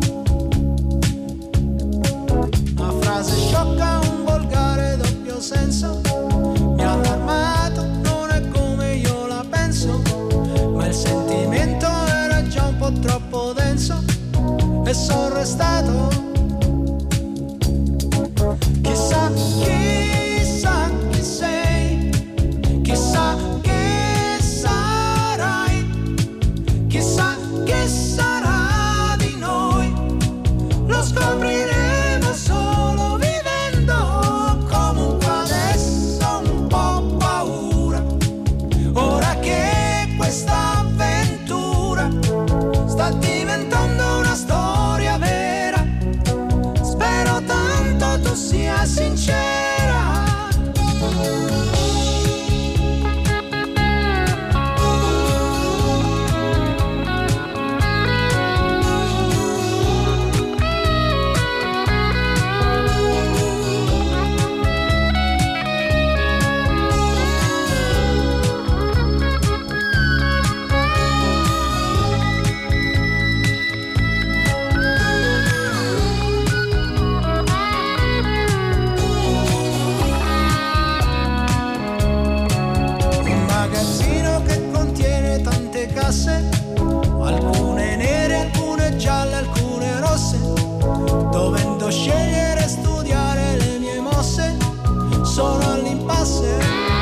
Speaker 12: Una frase sciocca, un volgare doppio senso, mi ha allarmato, non è come io la penso, ma il sentimento era già un po' troppo denso e son restato. Chissà, chissà chi sei, chissà che sarai, chissà che sarai. sincera. Alcune nere, alcune gialle, alcune rosse, dovendo scegliere e studiare le mie mosse, sono all'impasse.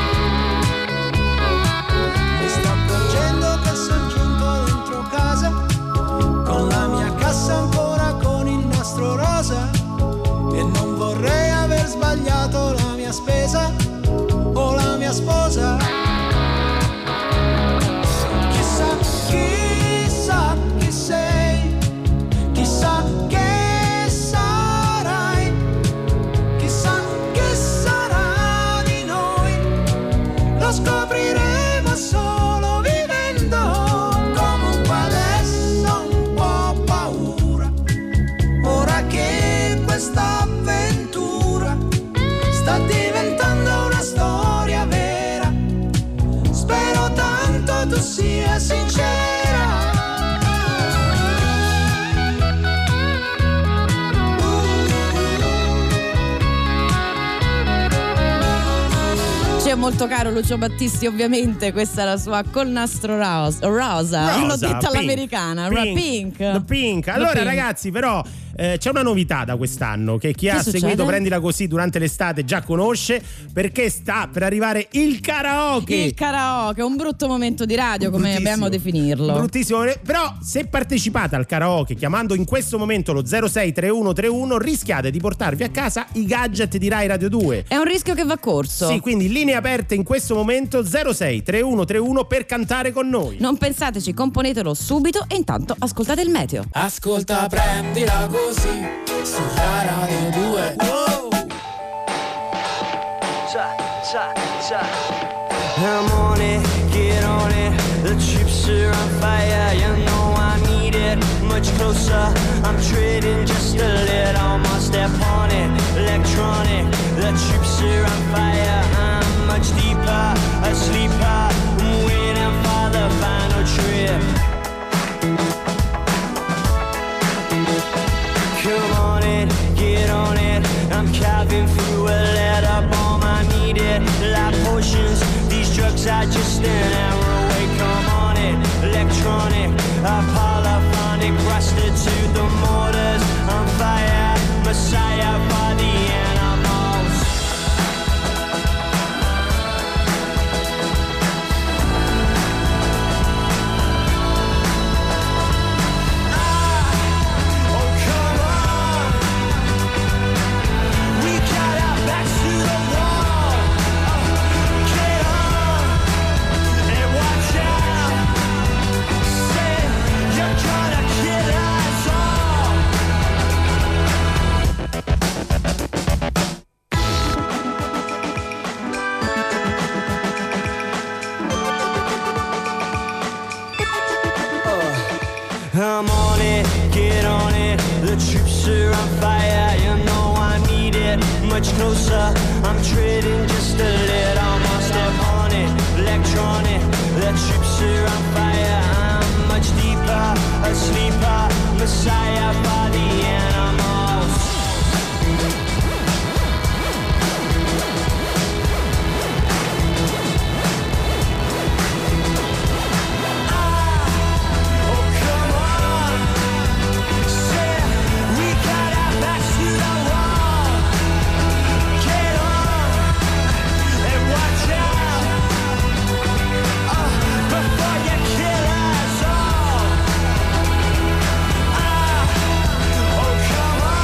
Speaker 12: Mi sto accorgendo che sono giunto dentro casa, con la mia cassa ancora con il nastro rosa, e non vorrei aver sbagliato la mia spesa o la mia sposa. Chissà chi sei, chissà che sarai, chissà che sarà di noi, lo scopriremo solo vivendo. Comunque adesso ho un po' paura, ora che questa avventura sta diventando una storia vera, spero tanto tu sia sincera.
Speaker 2: Ci è molto caro Lucio Battisti, ovviamente questa è la sua Col nastro rosa, rosa, l'ho detta
Speaker 3: pink,
Speaker 2: all'americana,
Speaker 3: pink,
Speaker 2: pink.
Speaker 3: The pink. Allora
Speaker 2: The pink.
Speaker 3: ragazzi, però eh, c'è una novità da quest'anno che chi
Speaker 2: Che
Speaker 3: ha
Speaker 2: succede?
Speaker 3: seguito Prendila Così durante l'estate già conosce, perché sta per arrivare il karaoke.
Speaker 2: Il karaoke, un brutto momento di radio, come
Speaker 3: Bruttissimo.
Speaker 2: abbiamo definirlo.
Speaker 3: Bruttissimo, però se partecipate al karaoke chiamando in questo momento lo zero sei tre uno tre uno rischiate di portarvi a casa i gadget di Rai Radio due.
Speaker 2: È un rischio che va corso.
Speaker 3: Sì, quindi linee aperte in questo momento zero sei tre uno tre uno per cantare con noi.
Speaker 2: Non pensateci, componetelo subito e intanto ascoltate il meteo.
Speaker 1: Ascolta, prendila così su Rai Radio due.
Speaker 4: Whoa. Cha, cha, cha. I'm on it, get on it. The chips are on fire, you know I need it. Much closer, I'm trading just a little more. Step on it, electronic. The chips are on fire, I'm much deeper, a sleeper. I'm waiting for the final trip. Come on in, get on it. I'm carving through a letter bomb. I need it. Like potions, these drugs are just an arrow away. Come on in, electronic, a polyphonic, rusted to the mortars. On fire, messiah for the animals. I'm on it, get on it. The troops are on fire, you know I need it. Much closer, I'm trading just a little more. Step on it, electronic. The troops are on fire, I'm much deeper, a sleeper, messiah for the animals. Come on.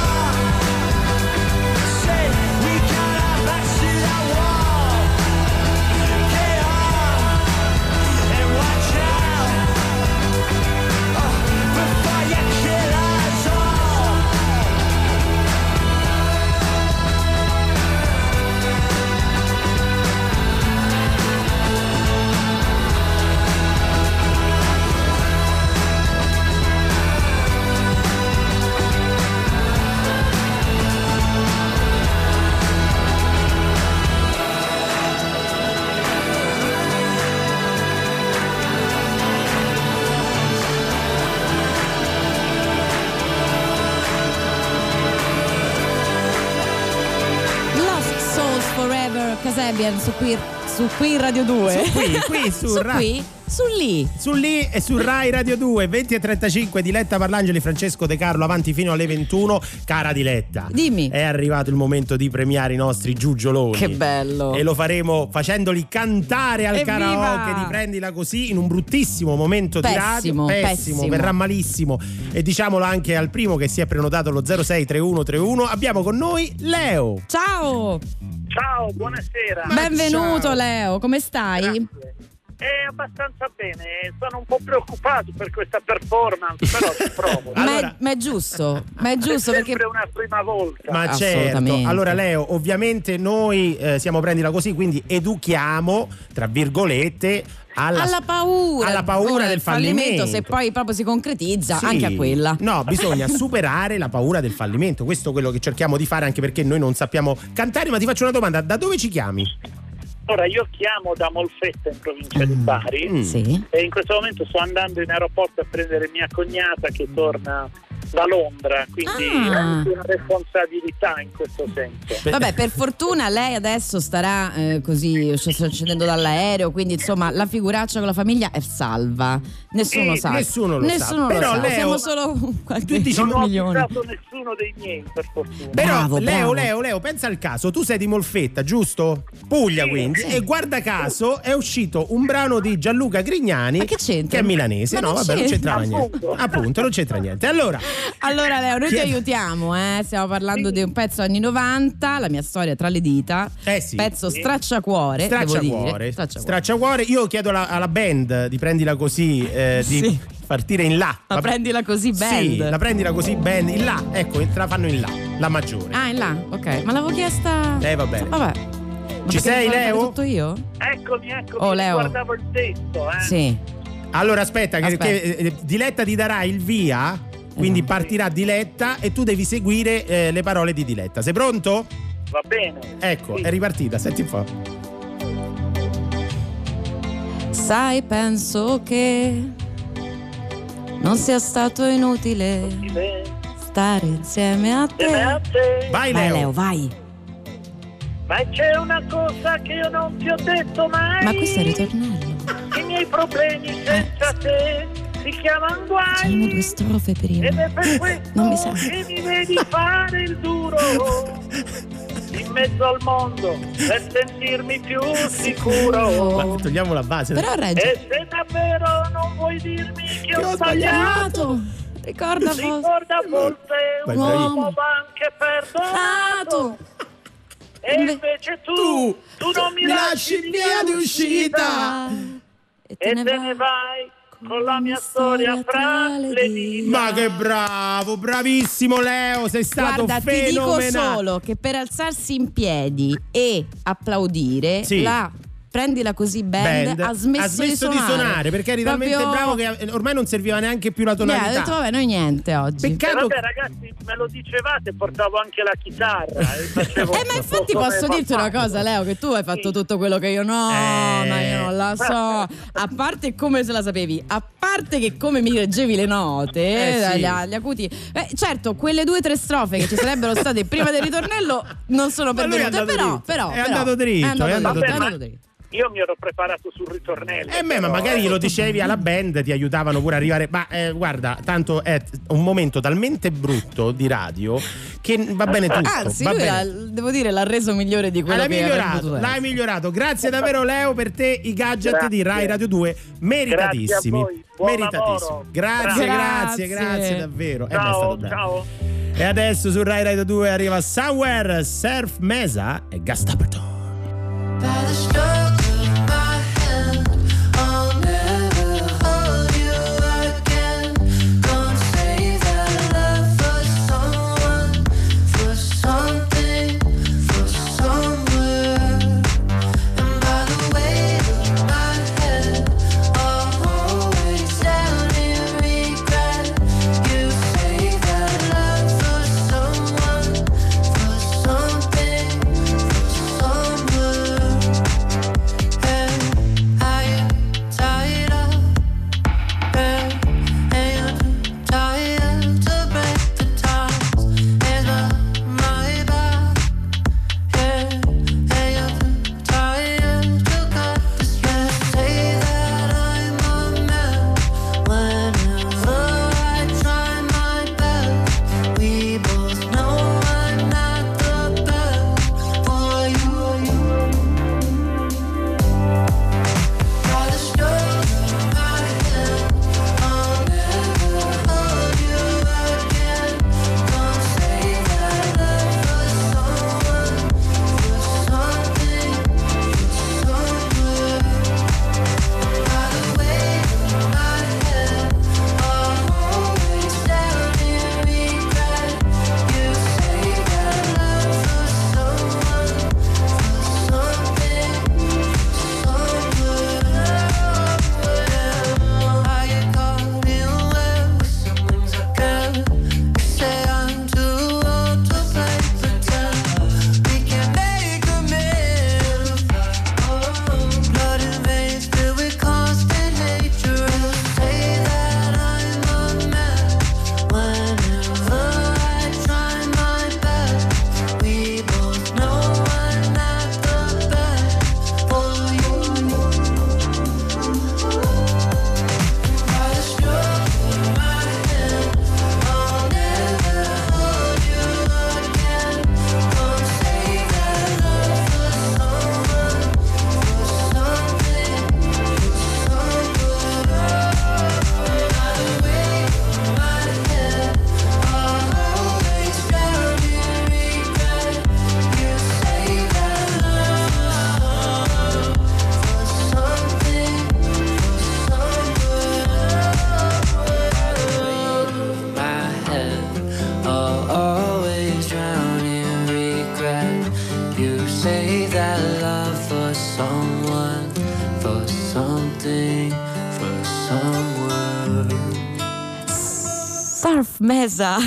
Speaker 2: Forever Kasabian su qui, su qui Radio due.
Speaker 3: Su qui, qui su,
Speaker 2: su
Speaker 3: Rai.
Speaker 2: qui, su lì.
Speaker 3: Su lì e su Rai Radio due, venti e trentacinque, Diletta Parlangeli, Francesco De Carlo, avanti fino alle ventuno. Cara Diletta,
Speaker 2: dimmi.
Speaker 3: È arrivato il momento di premiare i nostri giugioloni.
Speaker 2: Che bello.
Speaker 3: E lo faremo facendoli cantare al
Speaker 2: Evviva!
Speaker 3: karaoke di Prendila Così in un bruttissimo momento
Speaker 2: Pessimo,
Speaker 3: di radio. Pessimo,
Speaker 2: pessimo.
Speaker 3: verrà malissimo. E diciamolo anche al primo che si è prenotato lo zero sei tre uno tre uno. Abbiamo con noi Leo.
Speaker 2: Ciao.
Speaker 13: Ciao, buonasera.
Speaker 2: Benvenuto
Speaker 3: ciao.
Speaker 2: Leo, come stai?
Speaker 13: Grazie. Eh, abbastanza bene, sono un po' preoccupato per questa performance, però ci provo.
Speaker 2: Ma,
Speaker 3: Allora-
Speaker 2: è, ma è giusto, ma è giusto
Speaker 13: è
Speaker 2: perché
Speaker 13: sempre una prima volta.
Speaker 3: Ma certo.
Speaker 2: Assolutamente.
Speaker 3: Allora Leo, ovviamente noi eh, siamo Prendila Così, quindi educhiamo, tra virgolette, alla,
Speaker 2: alla paura,
Speaker 3: alla paura del fallimento.
Speaker 2: se poi proprio si concretizza,
Speaker 3: Sì.
Speaker 2: anche a quella.
Speaker 3: No, bisogna superare la paura del fallimento. Questo è quello che cerchiamo di fare, anche perché noi non sappiamo cantare. Ma ti faccio una domanda: da dove ci chiami?
Speaker 13: Ora, io chiamo da Molfetta in provincia di Bari
Speaker 3: Mm.
Speaker 2: Sì.
Speaker 13: e in questo momento sto andando in aeroporto a prendere mia cognata che torna da Londra, quindi
Speaker 2: Ah.
Speaker 13: ho anche una responsabilità in questo senso.
Speaker 2: Vabbè, per fortuna lei adesso starà eh, così sta scendendo dall'aereo, quindi insomma la figuraccia con la famiglia è salva. Nessuno
Speaker 13: Sì,
Speaker 2: sa.
Speaker 3: nessuno lo sa.
Speaker 2: Nessuno
Speaker 3: Però
Speaker 2: lo sa.
Speaker 3: Leo-
Speaker 2: Siamo solo qualche
Speaker 3: dici-
Speaker 13: Non ho
Speaker 2: milione.
Speaker 13: avvisato nessuno dei miei, per fortuna.
Speaker 3: Però
Speaker 2: Bravo,
Speaker 3: Leo,
Speaker 2: bravo.
Speaker 3: Leo, Leo, pensa al caso. Tu sei di Molfetta, giusto? Puglia,
Speaker 13: Sì,
Speaker 3: quindi.
Speaker 13: sì.
Speaker 3: E guarda caso è uscito un brano di Gianluca Grignani,
Speaker 2: Ma che c'entra?
Speaker 3: è milanese.
Speaker 2: Ma
Speaker 3: no,
Speaker 2: non
Speaker 3: vabbè, non
Speaker 2: c'entra.
Speaker 3: c'entrava niente.
Speaker 13: Appunto.
Speaker 3: Appunto, non c'entra niente. Allora,
Speaker 2: Allora Leo, noi
Speaker 3: Chi
Speaker 2: ti
Speaker 3: è?
Speaker 2: aiutiamo, eh? Stiamo parlando di un pezzo anni novanta, La mia storia tra le dita.
Speaker 3: eh sì.
Speaker 2: Pezzo stracciacuore, devo
Speaker 3: Stracciacuore,
Speaker 2: dire. Stracciacuore.
Speaker 3: stracciacuore. Io chiedo alla, alla band di Prendila Così eh, di
Speaker 2: Sì.
Speaker 3: partire in là.
Speaker 2: La prendila così band.
Speaker 3: Sì, la Prendila Così band in là. Ecco, te la fanno in là, la maggiore.
Speaker 2: Ah, in là, ok. Ma l'avevo chiesta.
Speaker 3: Eh, va bene.
Speaker 2: Vabbè. Ma
Speaker 3: Ci
Speaker 2: perché
Speaker 3: sei,
Speaker 2: devo fare
Speaker 3: Leo?
Speaker 2: tutto io?
Speaker 13: Eccomi, eccomi,
Speaker 2: Oh, Leo.
Speaker 13: guardavo il testo. Eh.
Speaker 2: Sì.
Speaker 3: Allora aspetta, che,
Speaker 2: Aspetta.
Speaker 3: che, eh, Diletta ti darà il via, quindi
Speaker 2: Esatto.
Speaker 3: partirà Diletta e tu devi seguire eh, le parole di Diletta. Sei pronto?
Speaker 13: Va bene.
Speaker 3: Ecco,
Speaker 13: Sì.
Speaker 3: è ripartita, senti un po'.
Speaker 2: Sai, penso che non sia stato inutile stare insieme a
Speaker 13: Insieme a
Speaker 2: te.
Speaker 13: te.
Speaker 3: Vai,
Speaker 2: Vai
Speaker 3: Leo.
Speaker 2: Leo, vai.
Speaker 13: Ma c'è una cosa che io non ti ho detto mai.
Speaker 2: Ma questo è il ritornello.
Speaker 13: I miei problemi senza te si chiamano
Speaker 2: C'erano
Speaker 13: guai.
Speaker 2: due strofe prima.
Speaker 13: Ed è per questo
Speaker 2: Non mi sa.
Speaker 13: che mi vedi fare il duro in mezzo al mondo per sentirmi più sicuro.
Speaker 3: Ma togliamo la base.
Speaker 2: Però regge.
Speaker 13: E se davvero non vuoi dirmi che,
Speaker 3: Che ho
Speaker 13: ho sbagliato,
Speaker 2: Sbagliato. Ricorda forse.
Speaker 13: ricorda a volte
Speaker 3: Vai,
Speaker 13: un
Speaker 3: bravi.
Speaker 13: uomo va anche perdonato. E invece tu, tu non mi lasci via di uscita
Speaker 2: E
Speaker 13: e te ne vai con la mia storia fra le dita.
Speaker 3: Ma che bravo, bravissimo Leo, sei stato
Speaker 2: Guarda, ti dico
Speaker 3: fenomenale.
Speaker 2: solo che per alzarsi in piedi e applaudire,
Speaker 3: Sì.
Speaker 2: la Prendila Così band,
Speaker 3: Band
Speaker 2: ha smesso,
Speaker 3: ha smesso di, suonare perché eri
Speaker 2: Proprio-
Speaker 3: talmente bravo che ormai non serviva neanche più la
Speaker 2: Yeah, ha
Speaker 3: tonalità.
Speaker 2: detto vabbè, noi niente oggi.
Speaker 13: E
Speaker 3: Peccato.
Speaker 13: vabbè ragazzi, me lo dicevate, portavo anche la chitarra e facevo
Speaker 2: Eh, ma infatti
Speaker 13: come
Speaker 2: posso dirti una
Speaker 13: papà.
Speaker 2: cosa, Leo, che tu hai fatto
Speaker 13: Sì.
Speaker 2: tutto quello che io no,
Speaker 3: Eh.
Speaker 2: ma io non la so. A parte come se la sapevi, a parte che come mi leggevi le note,
Speaker 3: Eh, sì.
Speaker 2: gli, gli acuti. Beh, certo, quelle due o tre strofe che ci sarebbero state prima del ritornello non sono
Speaker 3: Ma lui è
Speaker 2: pervenute,
Speaker 3: andato
Speaker 2: però,
Speaker 3: dritto.
Speaker 2: però,
Speaker 3: È
Speaker 2: però,
Speaker 3: andato dritto,
Speaker 2: è andato
Speaker 3: è andato
Speaker 2: dritto, è
Speaker 13: dritto.
Speaker 2: andato dritto.
Speaker 13: Io mi ero preparato sul ritornello.
Speaker 3: Eh beh, ma
Speaker 13: però,
Speaker 3: magari
Speaker 13: eh.
Speaker 3: glielo dicevi alla band, ti aiutavano pure a arrivare. Ma eh, guarda, tanto è un momento talmente brutto di radio che va bene tutto.
Speaker 2: Anzi,
Speaker 3: va
Speaker 2: lui
Speaker 3: bene.
Speaker 2: l'ha- devo dire l'ha reso migliore di quello
Speaker 3: L'hai
Speaker 2: che avrebbe
Speaker 3: migliorato,
Speaker 2: potuto
Speaker 3: l'hai
Speaker 2: essere.
Speaker 3: migliorato. Grazie davvero Leo per te i gadget
Speaker 13: Grazie.
Speaker 3: di Rai Radio due meritatissimi.
Speaker 13: Grazie a voi. Buon
Speaker 3: Meritatissimi.
Speaker 13: lavoro.
Speaker 3: Grazie,
Speaker 2: Grazie.
Speaker 3: grazie, grazie davvero. Eh, beh, è stato
Speaker 13: Ciao,
Speaker 3: bello.
Speaker 13: ciao.
Speaker 3: E adesso su Rai Radio due arriva Somewhere, Surf Mesa e Gastaperton.
Speaker 6: By the stroke of my hand, I'll never hold you again. Don't save that love for someone, for something, for somewhere. And by the weight of my head, I'm always down in regret. You save that love for someone, for something, for somewhere.
Speaker 11: waiting for somewhere.
Speaker 2: Surf Mesa.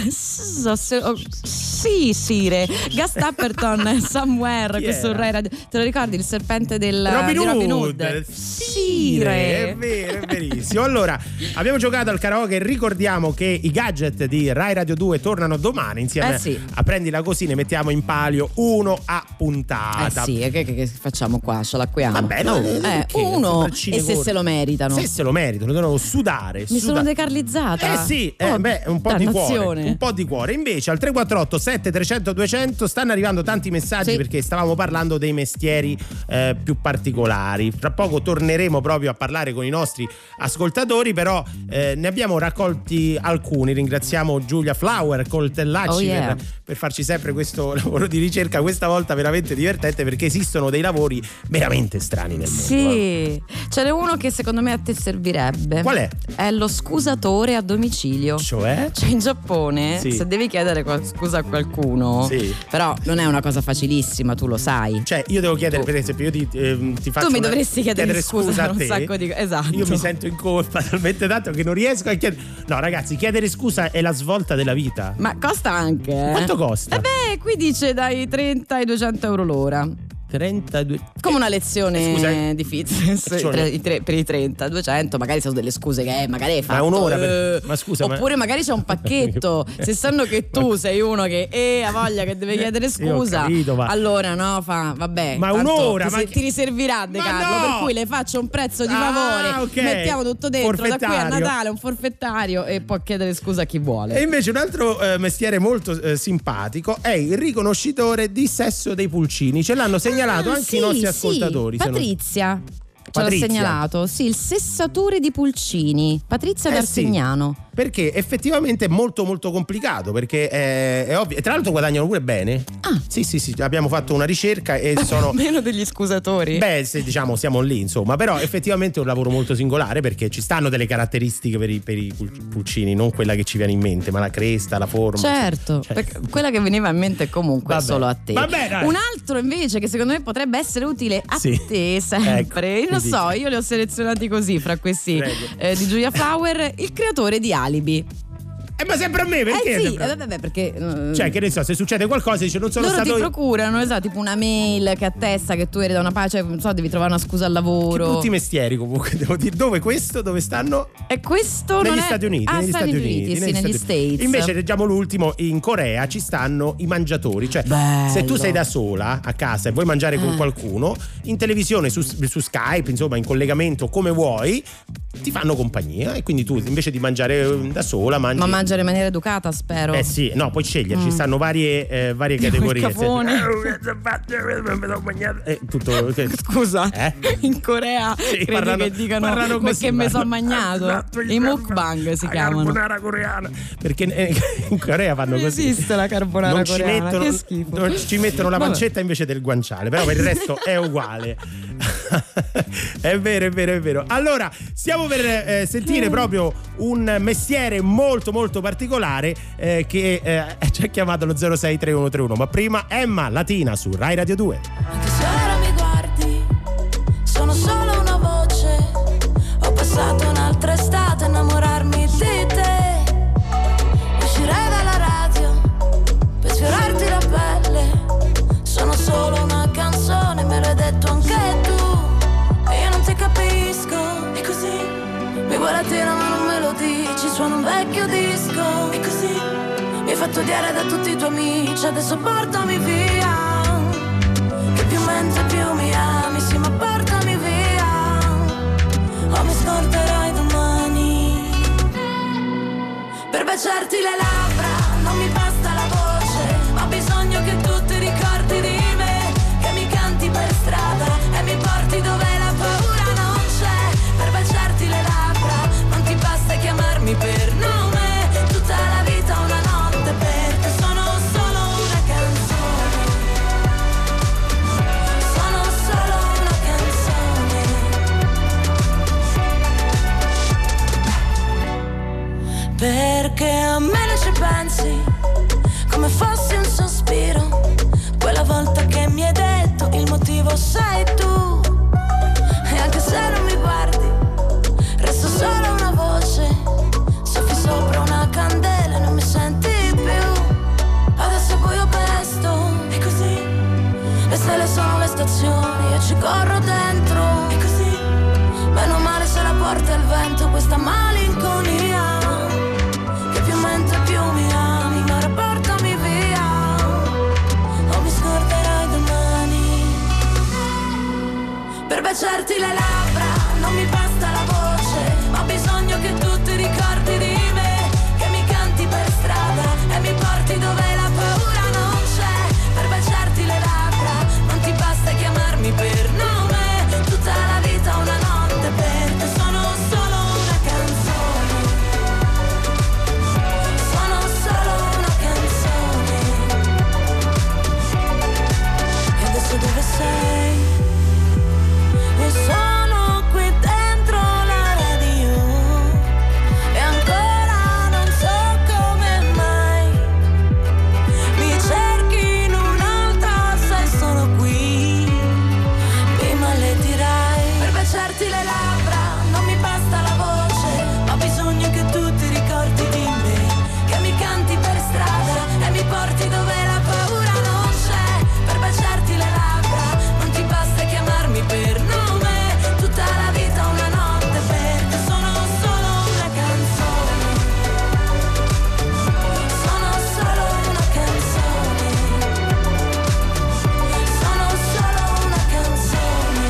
Speaker 2: Sì, Sire. Gas Tapperton Somewhere.
Speaker 3: Yeah.
Speaker 2: Questo Rai Radio. Te lo ricordi il serpente del
Speaker 3: Robin,
Speaker 2: di Robin
Speaker 3: Hood?
Speaker 2: Hood?
Speaker 3: Sire. È vero, è verissimo. Allora, abbiamo giocato al karaoke. Ricordiamo che i gadget di Rai Radio due tornano domani insieme
Speaker 2: eh sì.
Speaker 3: a Prendila Così. Ne mettiamo in palio uno a puntata.
Speaker 2: Eh sì, che, che, che facciamo qua? Ce l'acquiamo.
Speaker 3: Vabbè, no,
Speaker 2: eh,
Speaker 3: che,
Speaker 2: uno e se
Speaker 3: corti.
Speaker 2: se lo meritano.
Speaker 3: Se se lo meritano, devono sudare.
Speaker 2: Mi
Speaker 3: sudare.
Speaker 2: sono decarlizzata.
Speaker 3: Eh sì, eh,
Speaker 2: Oh,
Speaker 3: beh, un po' di cuore.
Speaker 2: dannazione.
Speaker 3: Un po' di cuore. Invece al tre quattro otto sette trecento duecento stanno arrivando tanti messaggi,
Speaker 2: sì.
Speaker 3: perché stavamo parlando dei mestieri eh, più particolari. Tra poco torneremo proprio a parlare con i nostri ascoltatori, però eh, ne abbiamo raccolti alcuni. Ringraziamo Giulia Flower Coltellacci
Speaker 2: oh, yeah.
Speaker 3: per, per farci sempre questo lavoro di ricerca, questa volta veramente divertente, perché esistono dei lavori veramente strani nel mondo.
Speaker 2: Sì, ce n'è uno che secondo me a te servirebbe.
Speaker 3: Qual è?
Speaker 2: È lo scusatore a domicilio.
Speaker 3: Cioè?
Speaker 2: Cioè in Giappone,
Speaker 3: Sì.
Speaker 2: se devi chiedere qual- scusa a qualcuno,
Speaker 3: Sì.
Speaker 2: però non è una cosa facilissima, tu lo sai.
Speaker 3: Cioè io devo chiedere,
Speaker 2: Tu.
Speaker 3: per esempio, io ti, ehm, ti faccio
Speaker 2: Tu mi
Speaker 3: una-
Speaker 2: dovresti chiedere scusa
Speaker 3: a
Speaker 2: per un
Speaker 3: te.
Speaker 2: sacco di- esatto.
Speaker 3: Io mi sento in colpa talmente tanto che non riesco a chiedere. No ragazzi, chiedere scusa è la svolta della vita.
Speaker 2: Ma costa anche, eh?
Speaker 3: Quanto costa?
Speaker 2: Eh beh, qui dice dai trenta ai duecento euro l'ora.
Speaker 3: trentadue
Speaker 2: Come una lezione
Speaker 3: Scusa, eh.
Speaker 2: di fitness
Speaker 3: Cioè,
Speaker 2: tre- i tre- per i trenta, duecento, magari sono delle scuse che eh, magari hai
Speaker 3: Ma
Speaker 2: fatto.
Speaker 3: un'ora per-
Speaker 2: eh,
Speaker 3: ma scusa, ma-
Speaker 2: oppure magari c'è un pacchetto. Se sanno che tu sei uno che eh, ha voglia che deve chiedere
Speaker 3: Sì, ho
Speaker 2: scusa,
Speaker 3: capito, ma-
Speaker 2: allora no, fa vabbè.
Speaker 3: Ma
Speaker 2: tanto
Speaker 3: un'ora,
Speaker 2: ti,
Speaker 3: ma
Speaker 2: se-
Speaker 3: che-
Speaker 2: ti riservirà De
Speaker 3: Ma
Speaker 2: Carlo,
Speaker 3: no!
Speaker 2: per cui le faccio un prezzo di
Speaker 3: Ah,
Speaker 2: favore,
Speaker 3: ok.
Speaker 2: mettiamo tutto dentro da qui a
Speaker 3: Forfettario.
Speaker 2: Natale, un forfettario e può chiedere scusa a chi vuole.
Speaker 3: E invece un altro eh, mestiere molto eh, simpatico è il riconoscitore di sesso dei pulcini. Ce l'hanno segnalato
Speaker 2: Ah,
Speaker 3: anche
Speaker 2: sì,
Speaker 3: i nostri
Speaker 2: sì.
Speaker 3: ascoltatori. se non-
Speaker 2: Patrizia. Ce l'ha
Speaker 3: Patrizia.
Speaker 2: segnalato, sì, il sessatore di pulcini. Patrizia
Speaker 3: Eh,
Speaker 2: D'Arsegnano.
Speaker 3: Perché effettivamente è molto molto complicato, perché è, è ovvio. E tra l'altro guadagnano pure bene.
Speaker 2: Ah.
Speaker 3: Sì, sì, sì, abbiamo fatto una ricerca e sono.
Speaker 2: Meno degli scusatori.
Speaker 3: Beh, se diciamo siamo lì, insomma, però effettivamente è un lavoro molto singolare, perché ci stanno delle caratteristiche per i, per i pul- pulcini, non quella che ci viene in mente, ma la cresta, la forma.
Speaker 2: Certo,
Speaker 3: Cioè-
Speaker 2: perché quella che veniva in mente comunque
Speaker 3: Vabbè.
Speaker 2: solo a te.
Speaker 3: Vabbè, dai.
Speaker 2: Un altro invece che secondo me potrebbe essere utile a
Speaker 3: Sì.
Speaker 2: te sempre.
Speaker 3: Ecco,
Speaker 2: Lo
Speaker 3: mi
Speaker 2: so,
Speaker 3: dici.
Speaker 2: io li ho selezionati così fra questi
Speaker 3: Prego.
Speaker 2: eh, di Giulia Flower, il creatore di alibi.
Speaker 3: Eh, ma sempre a me, perché?
Speaker 2: eh sì,
Speaker 3: sempre-
Speaker 2: eh, vabbè, perché eh,
Speaker 3: Cioè, che ne so, se succede qualcosa, dice non sono
Speaker 2: loro
Speaker 3: stato
Speaker 2: ti
Speaker 3: io.
Speaker 2: procurano, esatto, tipo una mail che attesta che tu eri da una parte, cioè, non so, devi trovare una scusa al lavoro.
Speaker 3: Che brutti mestieri comunque, devo dire. Dove questo? Dove stanno?
Speaker 2: E questo
Speaker 3: negli
Speaker 2: non è...
Speaker 3: Stati Uniti,
Speaker 2: ah,
Speaker 3: negli Stati Uniti,
Speaker 2: sì, negli States.
Speaker 3: Invece leggiamo l'ultimo, in Corea ci stanno i mangiatori, cioè
Speaker 2: Bello.
Speaker 3: se tu sei da sola a casa e vuoi mangiare con
Speaker 2: Eh.
Speaker 3: qualcuno, in televisione, su, su Skype, insomma in collegamento come vuoi, ti fanno compagnia e quindi tu invece di mangiare eh, da sola mangi.
Speaker 2: Ma mangiare in maniera educata, spero.
Speaker 3: Eh sì, no, puoi scegliere, ci
Speaker 2: Mm.
Speaker 3: stanno varie, eh, varie categorie.
Speaker 2: Il cafone.
Speaker 3: Eh, tutto, che-
Speaker 2: Scusa,
Speaker 3: Eh?
Speaker 2: in Corea
Speaker 3: Sì,
Speaker 2: credi
Speaker 3: parlano-
Speaker 2: che dicano
Speaker 3: parlano
Speaker 2: "Ma
Speaker 3: così,
Speaker 2: che mi
Speaker 3: ma-
Speaker 2: sono magnato?"
Speaker 3: Esatto,
Speaker 2: I mukbang si
Speaker 3: la
Speaker 2: chiamano.
Speaker 3: carbonara coreana, perché eh, in Corea fanno
Speaker 2: Non
Speaker 3: così.
Speaker 2: esiste la carbonara
Speaker 3: non ci
Speaker 2: coreana,
Speaker 3: mettono,
Speaker 2: che schifo.
Speaker 3: non ci mettono la
Speaker 2: Vabbè.
Speaker 3: pancetta invece del guanciale, però per il resto è uguale. È vero, è vero, è vero. Allora, stiamo per eh, sentire proprio un mestiere molto molto particolare eh, che eh, ci ha chiamato lo zero sei tre uno tre uno, ma prima Emma Latina su Rai Radio due.
Speaker 14: Anche se ora mi guardi, sono solo una voce. Ho passato un'altra estate a innamorarmi di te. Uscirei dalla radio per sfiorarti la pelle. Sono solo una canzone, me l'hai detto anche tu. E io non ti capisco. E così mi vuoi latina ma non me lo dici. Suona un vecchio disco. E così mi hai fatto odiare da tutti i tuoi amici. Adesso portami via, che più mentre più mi ami. Sì, ma portami via, o mi scorderai domani. Per baciarti le labbra non mi basta la voce. Ho bisogno che tu ti ricordi di me, che mi canti per strada e mi porti dove la paura non c'è. Per baciarti le labbra non ti basta chiamarmi per nome. Tutta la vita una notte per te, sono solo una canzone. Sono solo una canzone. Perché a me non ci pensi, come fossi un sospiro. Quella volta che mi hai detto il motivo sei tu. E anche se non mi guardi, se le sono le stazioni e ci corro dentro. E così, meno male se la porta il vento, questa malinconia che più mentre più mi ami, ma ora portami via, o mi scorderai domani. Per baciarti le labbra non mi basta la voce, ma ho bisogno che tu ti ricordi di me, che mi canti per strada e mi porti dove la paura non c'è. Per baciarti le labbra non ti basta chiamarmi per nome, tutta la vita una notte per te, sono solo una canzone, sono solo una canzone. E adesso dove sei? E sono qui dentro la radio e ancora non so come mai mi cerchi in un'altra, sai sono qui, mi maledierai. Per baciarti le labbra non mi basta la voce, ho bisogno che tu ti ricordi di me, che mi canti per strada e mi porti dove la paura non c'è. Per baciarti le labbra non ti basta chiamarmi per nome, tutta la vita una notte per te, sono solo una canzone, sono solo una canzone, sono solo una canzone,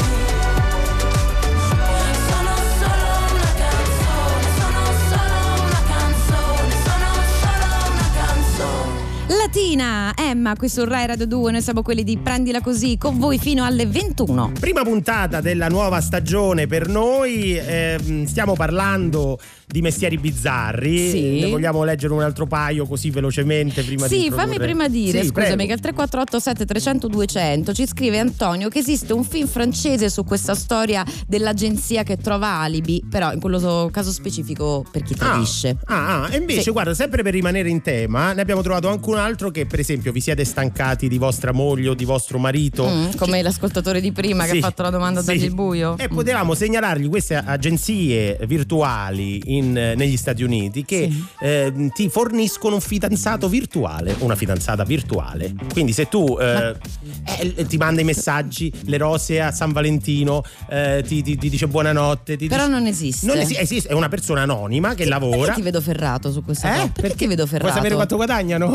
Speaker 14: sono solo una canzone, sono solo una canzone, sono solo una canzone.
Speaker 2: Latina, Emma, qui su Rai Radio due, noi siamo quelli di Prendila Così, con voi fino alle ventuno.
Speaker 3: Prima puntata della nuova stagione per noi, ehm, stiamo parlando di mestieri bizzarri.
Speaker 2: Sì.
Speaker 3: Ne vogliamo leggere un altro paio così velocemente prima di
Speaker 2: Sì,
Speaker 3: introdurre?
Speaker 2: fammi prima dire,
Speaker 3: Sì,
Speaker 2: scusami,
Speaker 3: prego.
Speaker 2: che al tre quattro otto sette trecento duecento ci scrive Antonio che esiste un film francese su questa storia dell'agenzia che trova alibi, però in quello caso specifico per chi tradisce.
Speaker 3: Ah, ah, e invece
Speaker 2: Sì.
Speaker 3: guarda, sempre per rimanere in tema, ne abbiamo trovato anche un altro che, per esempio, vi siete stancati di vostra moglie o di vostro marito.
Speaker 2: Mm, come l'ascoltatore di prima che
Speaker 3: Sì,
Speaker 2: ha fatto la domanda
Speaker 3: sì.
Speaker 2: dagli il buio.
Speaker 3: E potevamo segnalargli queste agenzie virtuali in, negli Stati Uniti che
Speaker 2: Sì.
Speaker 3: eh, ti forniscono un fidanzato virtuale, una fidanzata virtuale. Quindi se tu eh, eh, ti manda i messaggi, le rose a San Valentino, eh, ti, ti, ti dice buonanotte. Ti
Speaker 2: Però
Speaker 3: dice-
Speaker 2: non esiste.
Speaker 3: Non esi- esiste, è una persona anonima che lavora.
Speaker 2: Perché ti vedo ferrato su questa
Speaker 3: Eh?
Speaker 2: cosa? Perché, ti vedo ferrato?
Speaker 3: Vuoi sapere quanto guadagnano?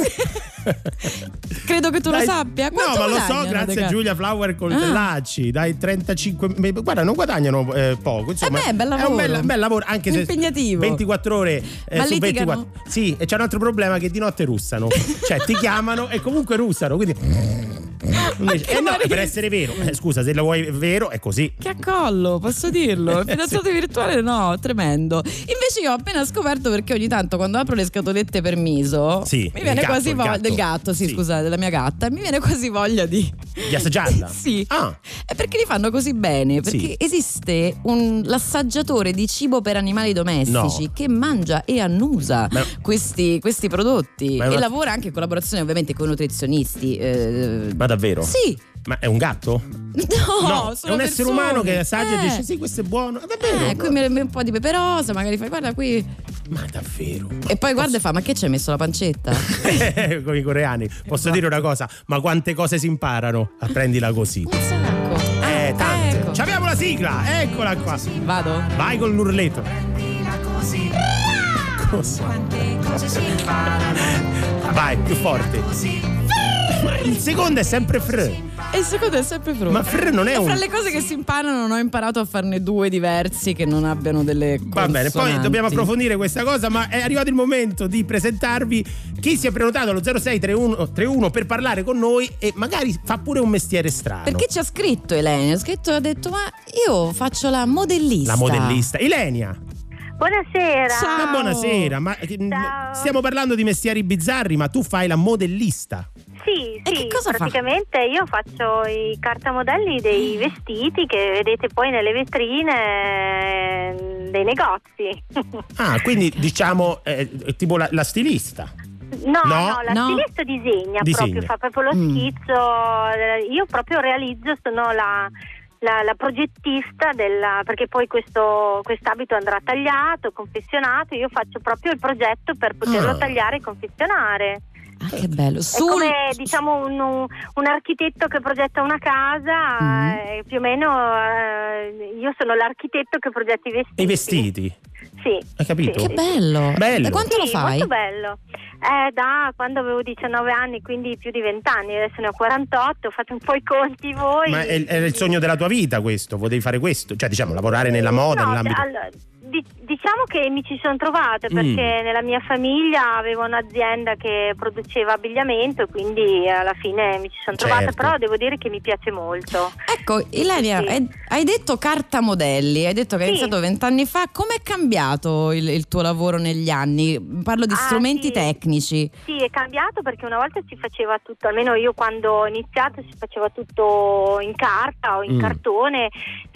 Speaker 2: Credo che tu
Speaker 3: Dai,
Speaker 2: lo sappia. Quanto
Speaker 3: no, ma lo so
Speaker 2: guadagnano,
Speaker 3: grazie
Speaker 2: De
Speaker 3: a Giulia Flower Coltellacci. Dai trentacinque. Guarda, non guadagnano eh, poco. Insomma,
Speaker 2: Eh beh, bel
Speaker 3: è un
Speaker 2: lavoro.
Speaker 3: bel, bel lavoro, anche se
Speaker 2: Impegnativo.
Speaker 3: ventiquattro ore eh,
Speaker 2: Ma
Speaker 3: su
Speaker 2: litigano?
Speaker 3: ventiquattro. Sì, e c'è un altro problema, che di notte russano. Cioè ti chiamano e comunque russano, quindi eh no, per essere vero. Eh, scusa, se lo vuoi vero è così.
Speaker 2: Che accollo, posso dirlo? Il fidanzato virtuale no, tremendo. Invece io ho appena scoperto, perché ogni tanto quando apro le scatolette per miso
Speaker 3: Sì,
Speaker 2: mi
Speaker 3: il
Speaker 2: viene
Speaker 3: gatto,
Speaker 2: quasi
Speaker 3: il
Speaker 2: voglia
Speaker 3: gatto.
Speaker 2: del gatto, sì,
Speaker 3: Sì.
Speaker 2: scusate, della mia gatta, mi viene quasi voglia di
Speaker 3: Di assaggiarla?
Speaker 2: Sì.
Speaker 3: Ah.
Speaker 2: È perché li fanno così bene, perché
Speaker 3: Sì.
Speaker 2: esiste un l'assaggiatore di cibo per animali domestici
Speaker 3: No.
Speaker 2: che mangia e annusa
Speaker 3: Ma-
Speaker 2: questi, questi prodotti
Speaker 3: Ma è
Speaker 2: e
Speaker 3: una-
Speaker 2: lavora anche in collaborazione ovviamente con i nutrizionisti. eh,
Speaker 3: Ma davvero?
Speaker 2: Sì.
Speaker 3: Ma è un gatto?
Speaker 2: No,
Speaker 3: No, è
Speaker 2: sono
Speaker 3: un essere
Speaker 2: persone.
Speaker 3: umano che assaggia
Speaker 2: Eh.
Speaker 3: e dice sì, questo è buono. Davvero?
Speaker 2: Eh, qui mi mi un po' di peperosa, magari fai guarda qui.
Speaker 3: Ma davvero?
Speaker 2: E poi guarda e fa, ma che ci hai messo la pancetta?
Speaker 3: Come i coreani. Posso dire una cosa? Ma quante cose si imparano a prendila così?
Speaker 2: Un sacco.
Speaker 3: Eh, tante.
Speaker 2: ecco.
Speaker 3: Ci abbiamo la sigla, eccola qua.
Speaker 2: Vado?
Speaker 3: Vai con l'urleto.
Speaker 1: Così,
Speaker 3: Cosa?
Speaker 1: quante cose si imparano.
Speaker 3: Vai, più forte. Ma il secondo è sempre fr.
Speaker 2: E il secondo è sempre frutta.
Speaker 3: Ma fr non è
Speaker 2: e
Speaker 3: un.
Speaker 2: fra le cose che si imparano non ho imparato a farne due diversi che non abbiano delle
Speaker 3: Va bene, poi
Speaker 2: consonanti.
Speaker 3: dobbiamo approfondire questa cosa, ma è arrivato il momento di presentarvi chi si è prenotato allo zero sei tre uno tre uno per parlare con noi e magari fa pure un mestiere strano.
Speaker 2: Perché ci ha scritto Elenia, ha scritto, ha detto ma io faccio la modellista.
Speaker 3: La modellista. Ilenia.
Speaker 15: Buonasera.
Speaker 3: Ma buonasera, ma eh,
Speaker 15: Ciao.
Speaker 3: stiamo parlando di mestieri bizzarri, ma tu fai la modellista.
Speaker 15: Sì,
Speaker 2: E
Speaker 15: sì,
Speaker 2: che cosa fa?
Speaker 15: praticamente io faccio i cartamodelli dei vestiti che vedete poi nelle vetrine eh, dei negozi.
Speaker 3: Ah, quindi diciamo eh, è tipo la, la stilista.
Speaker 15: No,
Speaker 3: No?
Speaker 15: no, la
Speaker 2: No.
Speaker 15: stilista disegna,
Speaker 3: Disegna.
Speaker 15: proprio, fa proprio lo
Speaker 2: Mm.
Speaker 15: schizzo. eh, Io proprio realizzo, sono la, la, la progettista della, perché poi questo quest'abito andrà tagliato, confezionato, io faccio proprio il progetto per poterlo
Speaker 3: Ah.
Speaker 15: tagliare e confezionare.
Speaker 2: Ah, che bello.
Speaker 15: È
Speaker 2: Sul...
Speaker 15: come diciamo un, un architetto che progetta una casa,
Speaker 3: Mm.
Speaker 15: eh, più o meno eh, io sono l'architetto che progetta i vestiti.
Speaker 3: I vestiti?
Speaker 15: Sì.
Speaker 3: Hai capito?
Speaker 15: Sì.
Speaker 2: Che bello.
Speaker 3: Bello.
Speaker 2: Da quanto
Speaker 15: Sì,
Speaker 2: lo fai?
Speaker 15: molto bello. Eh, da quando avevo diciannove anni, quindi più di venti anni, adesso ne ho quarantotto, fate un po' i conti voi.
Speaker 3: Ma è, è il sogno della tua vita questo? Volevi fare questo? Cioè, diciamo, lavorare nella moda,
Speaker 15: No,
Speaker 3: nell'ambito...
Speaker 15: allora, di- diciamo che mi ci sono trovate perché
Speaker 3: Mm.
Speaker 15: nella mia famiglia avevo un'azienda che produceva abbigliamento e quindi alla fine mi ci sono trovata,
Speaker 3: Certo.
Speaker 15: però devo dire che mi piace molto.
Speaker 2: Ecco, Ilenia,
Speaker 15: Sì.
Speaker 2: hai, hai detto carta modelli, hai detto che hai
Speaker 15: Sì.
Speaker 2: iniziato vent'anni fa. Com'è cambiato il, il tuo lavoro negli anni? Parlo di
Speaker 15: Ah,
Speaker 2: strumenti
Speaker 15: sì.
Speaker 2: tecnici.
Speaker 15: Sì, è cambiato perché una volta si faceva tutto, almeno io quando ho iniziato si faceva tutto in carta o in
Speaker 3: Mm.
Speaker 15: cartone,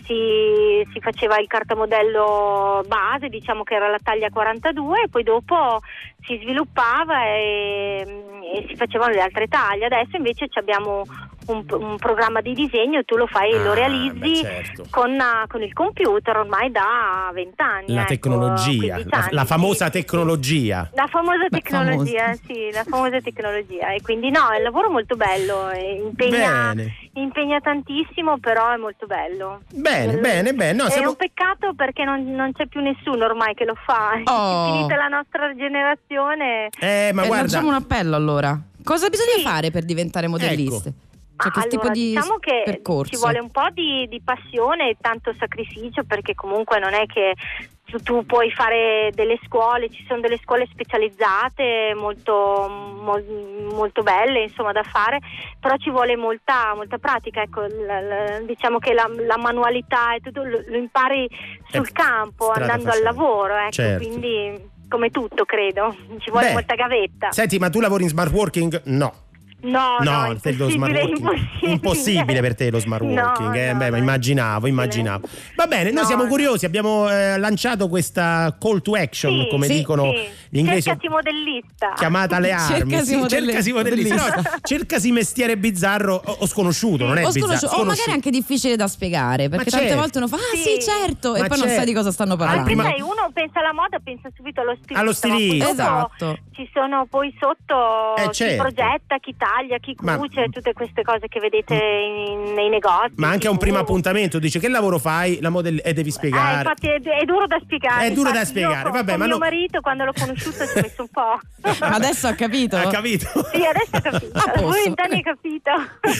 Speaker 15: si, si faceva il cartamodello base, diciamo che era la taglia quarantadue, e poi dopo si sviluppava e, e si facevano le altre taglie. Adesso invece ci abbiamo un, un programma di disegno, tu lo fai e lo
Speaker 3: Ah,
Speaker 15: realizzi
Speaker 3: beh, certo.
Speaker 15: con, con il computer ormai da vent'anni.
Speaker 3: La
Speaker 15: ecco,
Speaker 3: tecnologia,
Speaker 15: quindici
Speaker 3: la,
Speaker 15: anni,
Speaker 3: la famosa
Speaker 15: sì.
Speaker 3: tecnologia.
Speaker 15: La famosa
Speaker 2: Beh,
Speaker 15: tecnologia, sì, la famosa tecnologia. E quindi no, è un lavoro molto bello, e impegna,
Speaker 3: Bene.
Speaker 15: impegna tantissimo, però è molto bello.
Speaker 3: Bene,
Speaker 15: Eh,
Speaker 3: bene, bene. No,
Speaker 15: è
Speaker 3: siamo...
Speaker 15: un peccato perché non, non c'è più nessuno ormai che lo fa.
Speaker 2: Oh.
Speaker 15: Finita la nostra generazione.
Speaker 3: Eh, ma
Speaker 2: Eh,
Speaker 3: guarda...
Speaker 2: Lanciamo un appello allora. Cosa bisogna
Speaker 15: Sì.
Speaker 2: fare per diventare modelliste? Cioè, che
Speaker 15: allora,
Speaker 2: tipo di
Speaker 15: diciamo che
Speaker 2: percorso?
Speaker 15: ci vuole un po' di, di passione e tanto sacrificio, perché comunque non è che tu, tu puoi fare delle scuole, ci sono delle scuole specializzate molto, mol- molto belle insomma da fare, però ci vuole molta, molta pratica, ecco, la- la- diciamo che la, la manualità e tutto lo, lo impari sul
Speaker 3: Eh,
Speaker 15: campo
Speaker 3: strada
Speaker 15: andando al
Speaker 3: facendo.
Speaker 15: lavoro, ecco,
Speaker 3: Certo.
Speaker 15: quindi come tutto credo, ci vuole
Speaker 3: Beh,
Speaker 15: molta gavetta.
Speaker 3: Senti, ma tu lavori in smart working? No.
Speaker 15: No, no,
Speaker 3: No, per te lo smart
Speaker 15: impossibile,
Speaker 3: working.
Speaker 15: impossibile.
Speaker 3: Impossibile per te lo smart
Speaker 15: No,
Speaker 3: working. eh?
Speaker 15: no,
Speaker 3: Beh, ma
Speaker 15: no,
Speaker 3: immaginavo, immaginavo. Va bene, noi
Speaker 15: No,
Speaker 3: siamo
Speaker 15: no.
Speaker 3: curiosi, abbiamo eh, lanciato questa call to action,
Speaker 15: Sì,
Speaker 3: come
Speaker 15: sì,
Speaker 3: dicono
Speaker 15: sì.
Speaker 3: gli inglesi.
Speaker 15: Cercati modellista.
Speaker 3: Chiamata alle armi.
Speaker 2: Cercasi
Speaker 3: Sì,
Speaker 2: modelli-
Speaker 3: cercasi modellista.
Speaker 2: modellista.
Speaker 3: No, cercasi mestiere bizzarro o, o sconosciuto, non è
Speaker 2: o,
Speaker 3: bizzarro.
Speaker 2: sconosciuto, o magari anche difficile da spiegare, perché
Speaker 3: Ma
Speaker 2: tante
Speaker 3: certo.
Speaker 2: volte uno fa ah sì,
Speaker 15: Sì.
Speaker 2: certo, e
Speaker 3: Ma
Speaker 2: poi non
Speaker 3: certo.
Speaker 2: sa di cosa stanno parlando.
Speaker 15: Altri
Speaker 3: prima-
Speaker 15: sai, uno pensa alla moda, pensa subito allo stilista.
Speaker 3: Allo
Speaker 15: ma poi
Speaker 3: stilista.
Speaker 15: dopo
Speaker 2: Esatto.
Speaker 15: Ci sono poi sotto
Speaker 3: Eh,
Speaker 15: chi
Speaker 3: certo.
Speaker 15: progetta, chi taglia, chi
Speaker 3: Ma-
Speaker 15: cuce, tutte queste cose che vedete in- nei negozi.
Speaker 3: Ma anche a un
Speaker 15: tivù.
Speaker 3: primo appuntamento dice che lavoro fai, la modell- e devi
Speaker 15: Eh,
Speaker 3: spiegare.
Speaker 15: infatti è, è duro da spiegare.
Speaker 3: È duro da
Speaker 15: infatti io
Speaker 3: spiegare,
Speaker 15: con,
Speaker 3: vabbè,
Speaker 15: con
Speaker 3: ma
Speaker 15: mio
Speaker 3: no-
Speaker 15: marito quando l'ho conosciuto ci ho messo un po'.
Speaker 2: Ma adesso ha capito?
Speaker 3: Ha capito?
Speaker 15: Sì, adesso ho capito.
Speaker 2: A posto.
Speaker 15: Dopo vent'anni hai capito.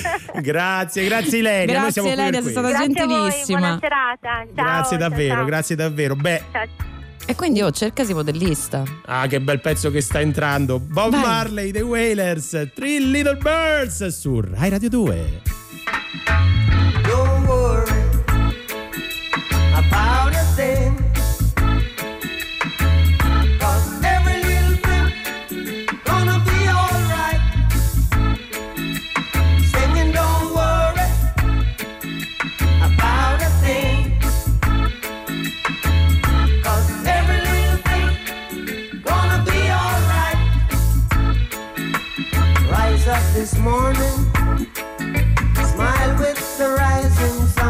Speaker 3: Grazie, grazie Ilenia. Noi
Speaker 2: Grazie,
Speaker 3: siamo qui per
Speaker 2: Ilenia, sei
Speaker 3: questo.
Speaker 2: stata
Speaker 15: Grazie a voi,
Speaker 2: gentilissima.
Speaker 15: buona serata. Ciao,
Speaker 3: Grazie
Speaker 15: ciao,
Speaker 3: davvero,
Speaker 15: ciao.
Speaker 3: grazie davvero. Beh,
Speaker 15: Ciao.
Speaker 2: E quindi oh, cercasi modellista.
Speaker 3: ah, che bel pezzo che sta entrando. Bob
Speaker 2: Vai.
Speaker 3: Marley, The Wailers, Three Little Birds su Rai Radio due.
Speaker 5: Don't worry about a thing, 'cause every little thing gonna be alright. Singing, don't worry about a thing, 'cause every little thing gonna be alright. Rise up this morning, smile with the rising sun.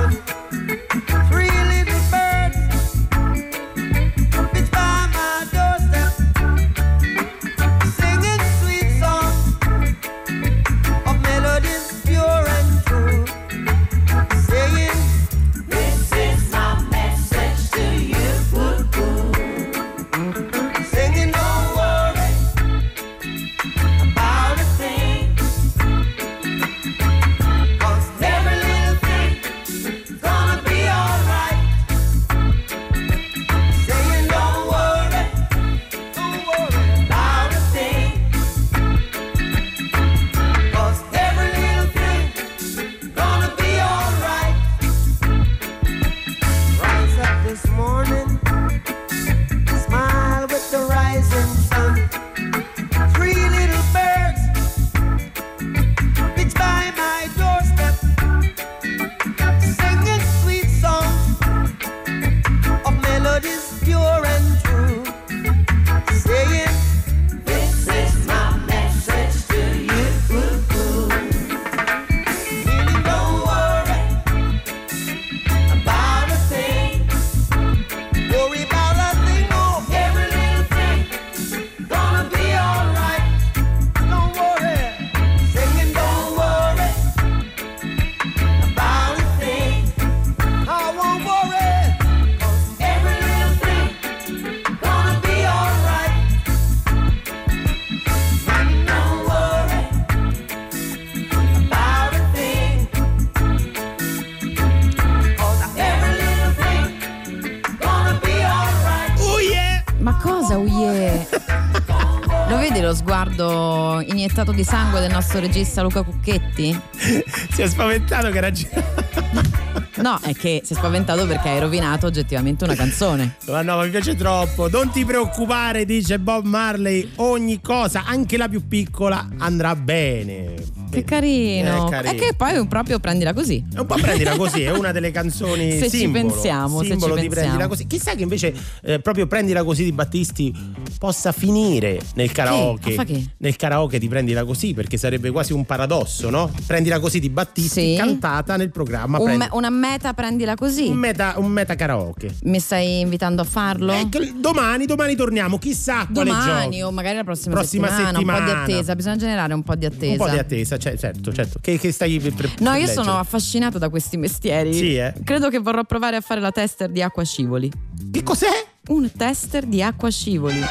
Speaker 2: Vedi lo sguardo iniettato di sangue del nostro regista Luca Cucchetti?
Speaker 3: Si è spaventato che era girato.
Speaker 2: No, è che si è spaventato perché hai rovinato oggettivamente una canzone.
Speaker 3: Ma no, mi piace troppo. Non ti preoccupare, dice Bob Marley, ogni cosa, anche la più piccola, andrà bene.
Speaker 2: Che carino.
Speaker 3: È carino.
Speaker 2: È che poi un proprio prendila così.
Speaker 3: È un po' prendila così, è una delle canzoni
Speaker 2: se
Speaker 3: simbolo,
Speaker 2: ci pensiamo,
Speaker 3: simbolo
Speaker 2: se ci
Speaker 3: di
Speaker 2: pensiamo.
Speaker 3: Prendila Così. Chissà che invece eh, proprio Prendila Così di Battisti possa finire nel karaoke.
Speaker 2: Che? Ma fa che?
Speaker 3: Nel karaoke di Prendila Così, perché sarebbe quasi un paradosso, no? Prendila Così di Battisti,
Speaker 2: sì,
Speaker 3: cantata nel programma
Speaker 2: un
Speaker 3: Prendi...
Speaker 2: me- Una meta Prendila Così.
Speaker 3: Un meta, un meta karaoke.
Speaker 2: Mi stai invitando a farlo?
Speaker 3: Eh, domani, domani torniamo, chissà quale gioco.
Speaker 2: Domani o magari la prossima,
Speaker 3: prossima
Speaker 2: settimana,
Speaker 3: settimana.
Speaker 2: Un po' di attesa, bisogna generare un po' di attesa.
Speaker 3: Un po' di attesa, cioè, certo, certo. Che, che stai per, per
Speaker 2: No, io
Speaker 3: leggere?
Speaker 2: sono affascinata da questi mestieri.
Speaker 3: Sì, eh?
Speaker 2: Credo che vorrò provare a fare la tester di acqua scivoli.
Speaker 3: Che cos'è?
Speaker 2: Un tester di acqua scivoli.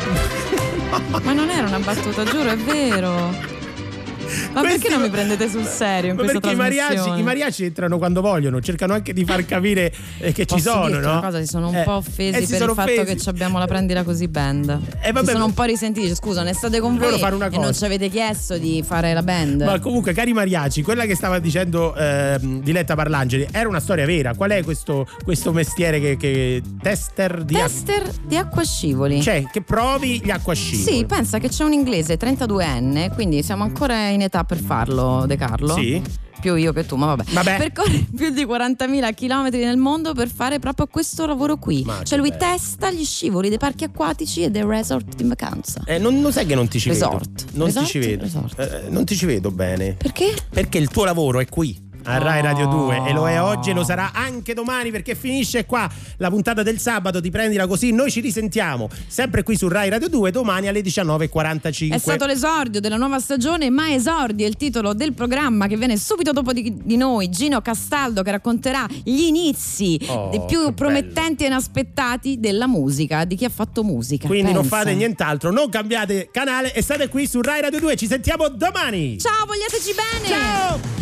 Speaker 2: Ma non era una battuta, giuro, è vero. Ma
Speaker 3: Questi-
Speaker 2: perché non mi prendete sul serio in
Speaker 3: Ma
Speaker 2: questa
Speaker 3: perché i mariachi,
Speaker 2: trasmissione?
Speaker 3: i mariachi entrano quando vogliono, cercano anche di far capire eh, che ci
Speaker 2: Posso
Speaker 3: sono,
Speaker 2: dirti
Speaker 3: no?
Speaker 2: una cosa, si sono un
Speaker 3: Eh,
Speaker 2: po' offesi
Speaker 3: eh, si
Speaker 2: per
Speaker 3: sono
Speaker 2: il fatto
Speaker 3: offesi.
Speaker 2: che ci abbiamo la Prendila Così band.
Speaker 3: Eh, vabbè,
Speaker 2: si sono
Speaker 3: ma-
Speaker 2: un po' risentiti, dice, scusa, ne state con
Speaker 3: Volevo
Speaker 2: voi
Speaker 3: fare una
Speaker 2: e non
Speaker 3: cosa.
Speaker 2: ci avete chiesto di fare la band.
Speaker 3: Ma comunque, cari mariachi, quella che stava dicendo ehm, Diletta Parlangeli era una storia vera. Qual è questo, questo mestiere che, che tester di
Speaker 2: Tester di acqua scivoli.
Speaker 3: Cioè, che provi gli acquascivoli.
Speaker 2: Sì, pensa che c'è un inglese trentaduenne, quindi siamo ancora in età per farlo, De Carlo.
Speaker 3: Sì.
Speaker 2: Più io che tu, ma vabbè.
Speaker 3: Vabbè.
Speaker 2: Percorre più di quarantamila chilometri nel mondo per fare proprio questo lavoro qui.
Speaker 3: Ma che
Speaker 2: cioè lui
Speaker 3: bello.
Speaker 2: testa gli scivoli dei parchi acquatici e dei resort di vacanza.
Speaker 3: Eh, non, non sai che non ti ci
Speaker 2: Resort.
Speaker 3: vedo. Non
Speaker 2: Resort?
Speaker 3: ti ci vedo.
Speaker 2: Resort.
Speaker 3: Eh, non ti ci vedo bene.
Speaker 2: Perché?
Speaker 3: Perché il tuo lavoro è qui. A Rai Radio due e lo è oggi e lo sarà anche domani, perché finisce qua la puntata del sabato di Prendila Così. Noi ci risentiamo sempre qui su Rai Radio due domani alle diciannove e quarantacinque.
Speaker 2: È stato l'esordio della nuova stagione, ma esordi è il titolo del programma che viene subito dopo di, di noi. Gino Castaldo che racconterà gli inizi
Speaker 3: Oh,
Speaker 2: dei più
Speaker 3: che
Speaker 2: promettenti e inaspettati della musica, di chi ha fatto musica.
Speaker 3: Quindi non
Speaker 2: Pensa.
Speaker 3: fate nient'altro, non cambiate canale e state qui su Rai Radio due. Ci sentiamo domani.
Speaker 2: Ciao, vogliateci bene!
Speaker 3: Ciao!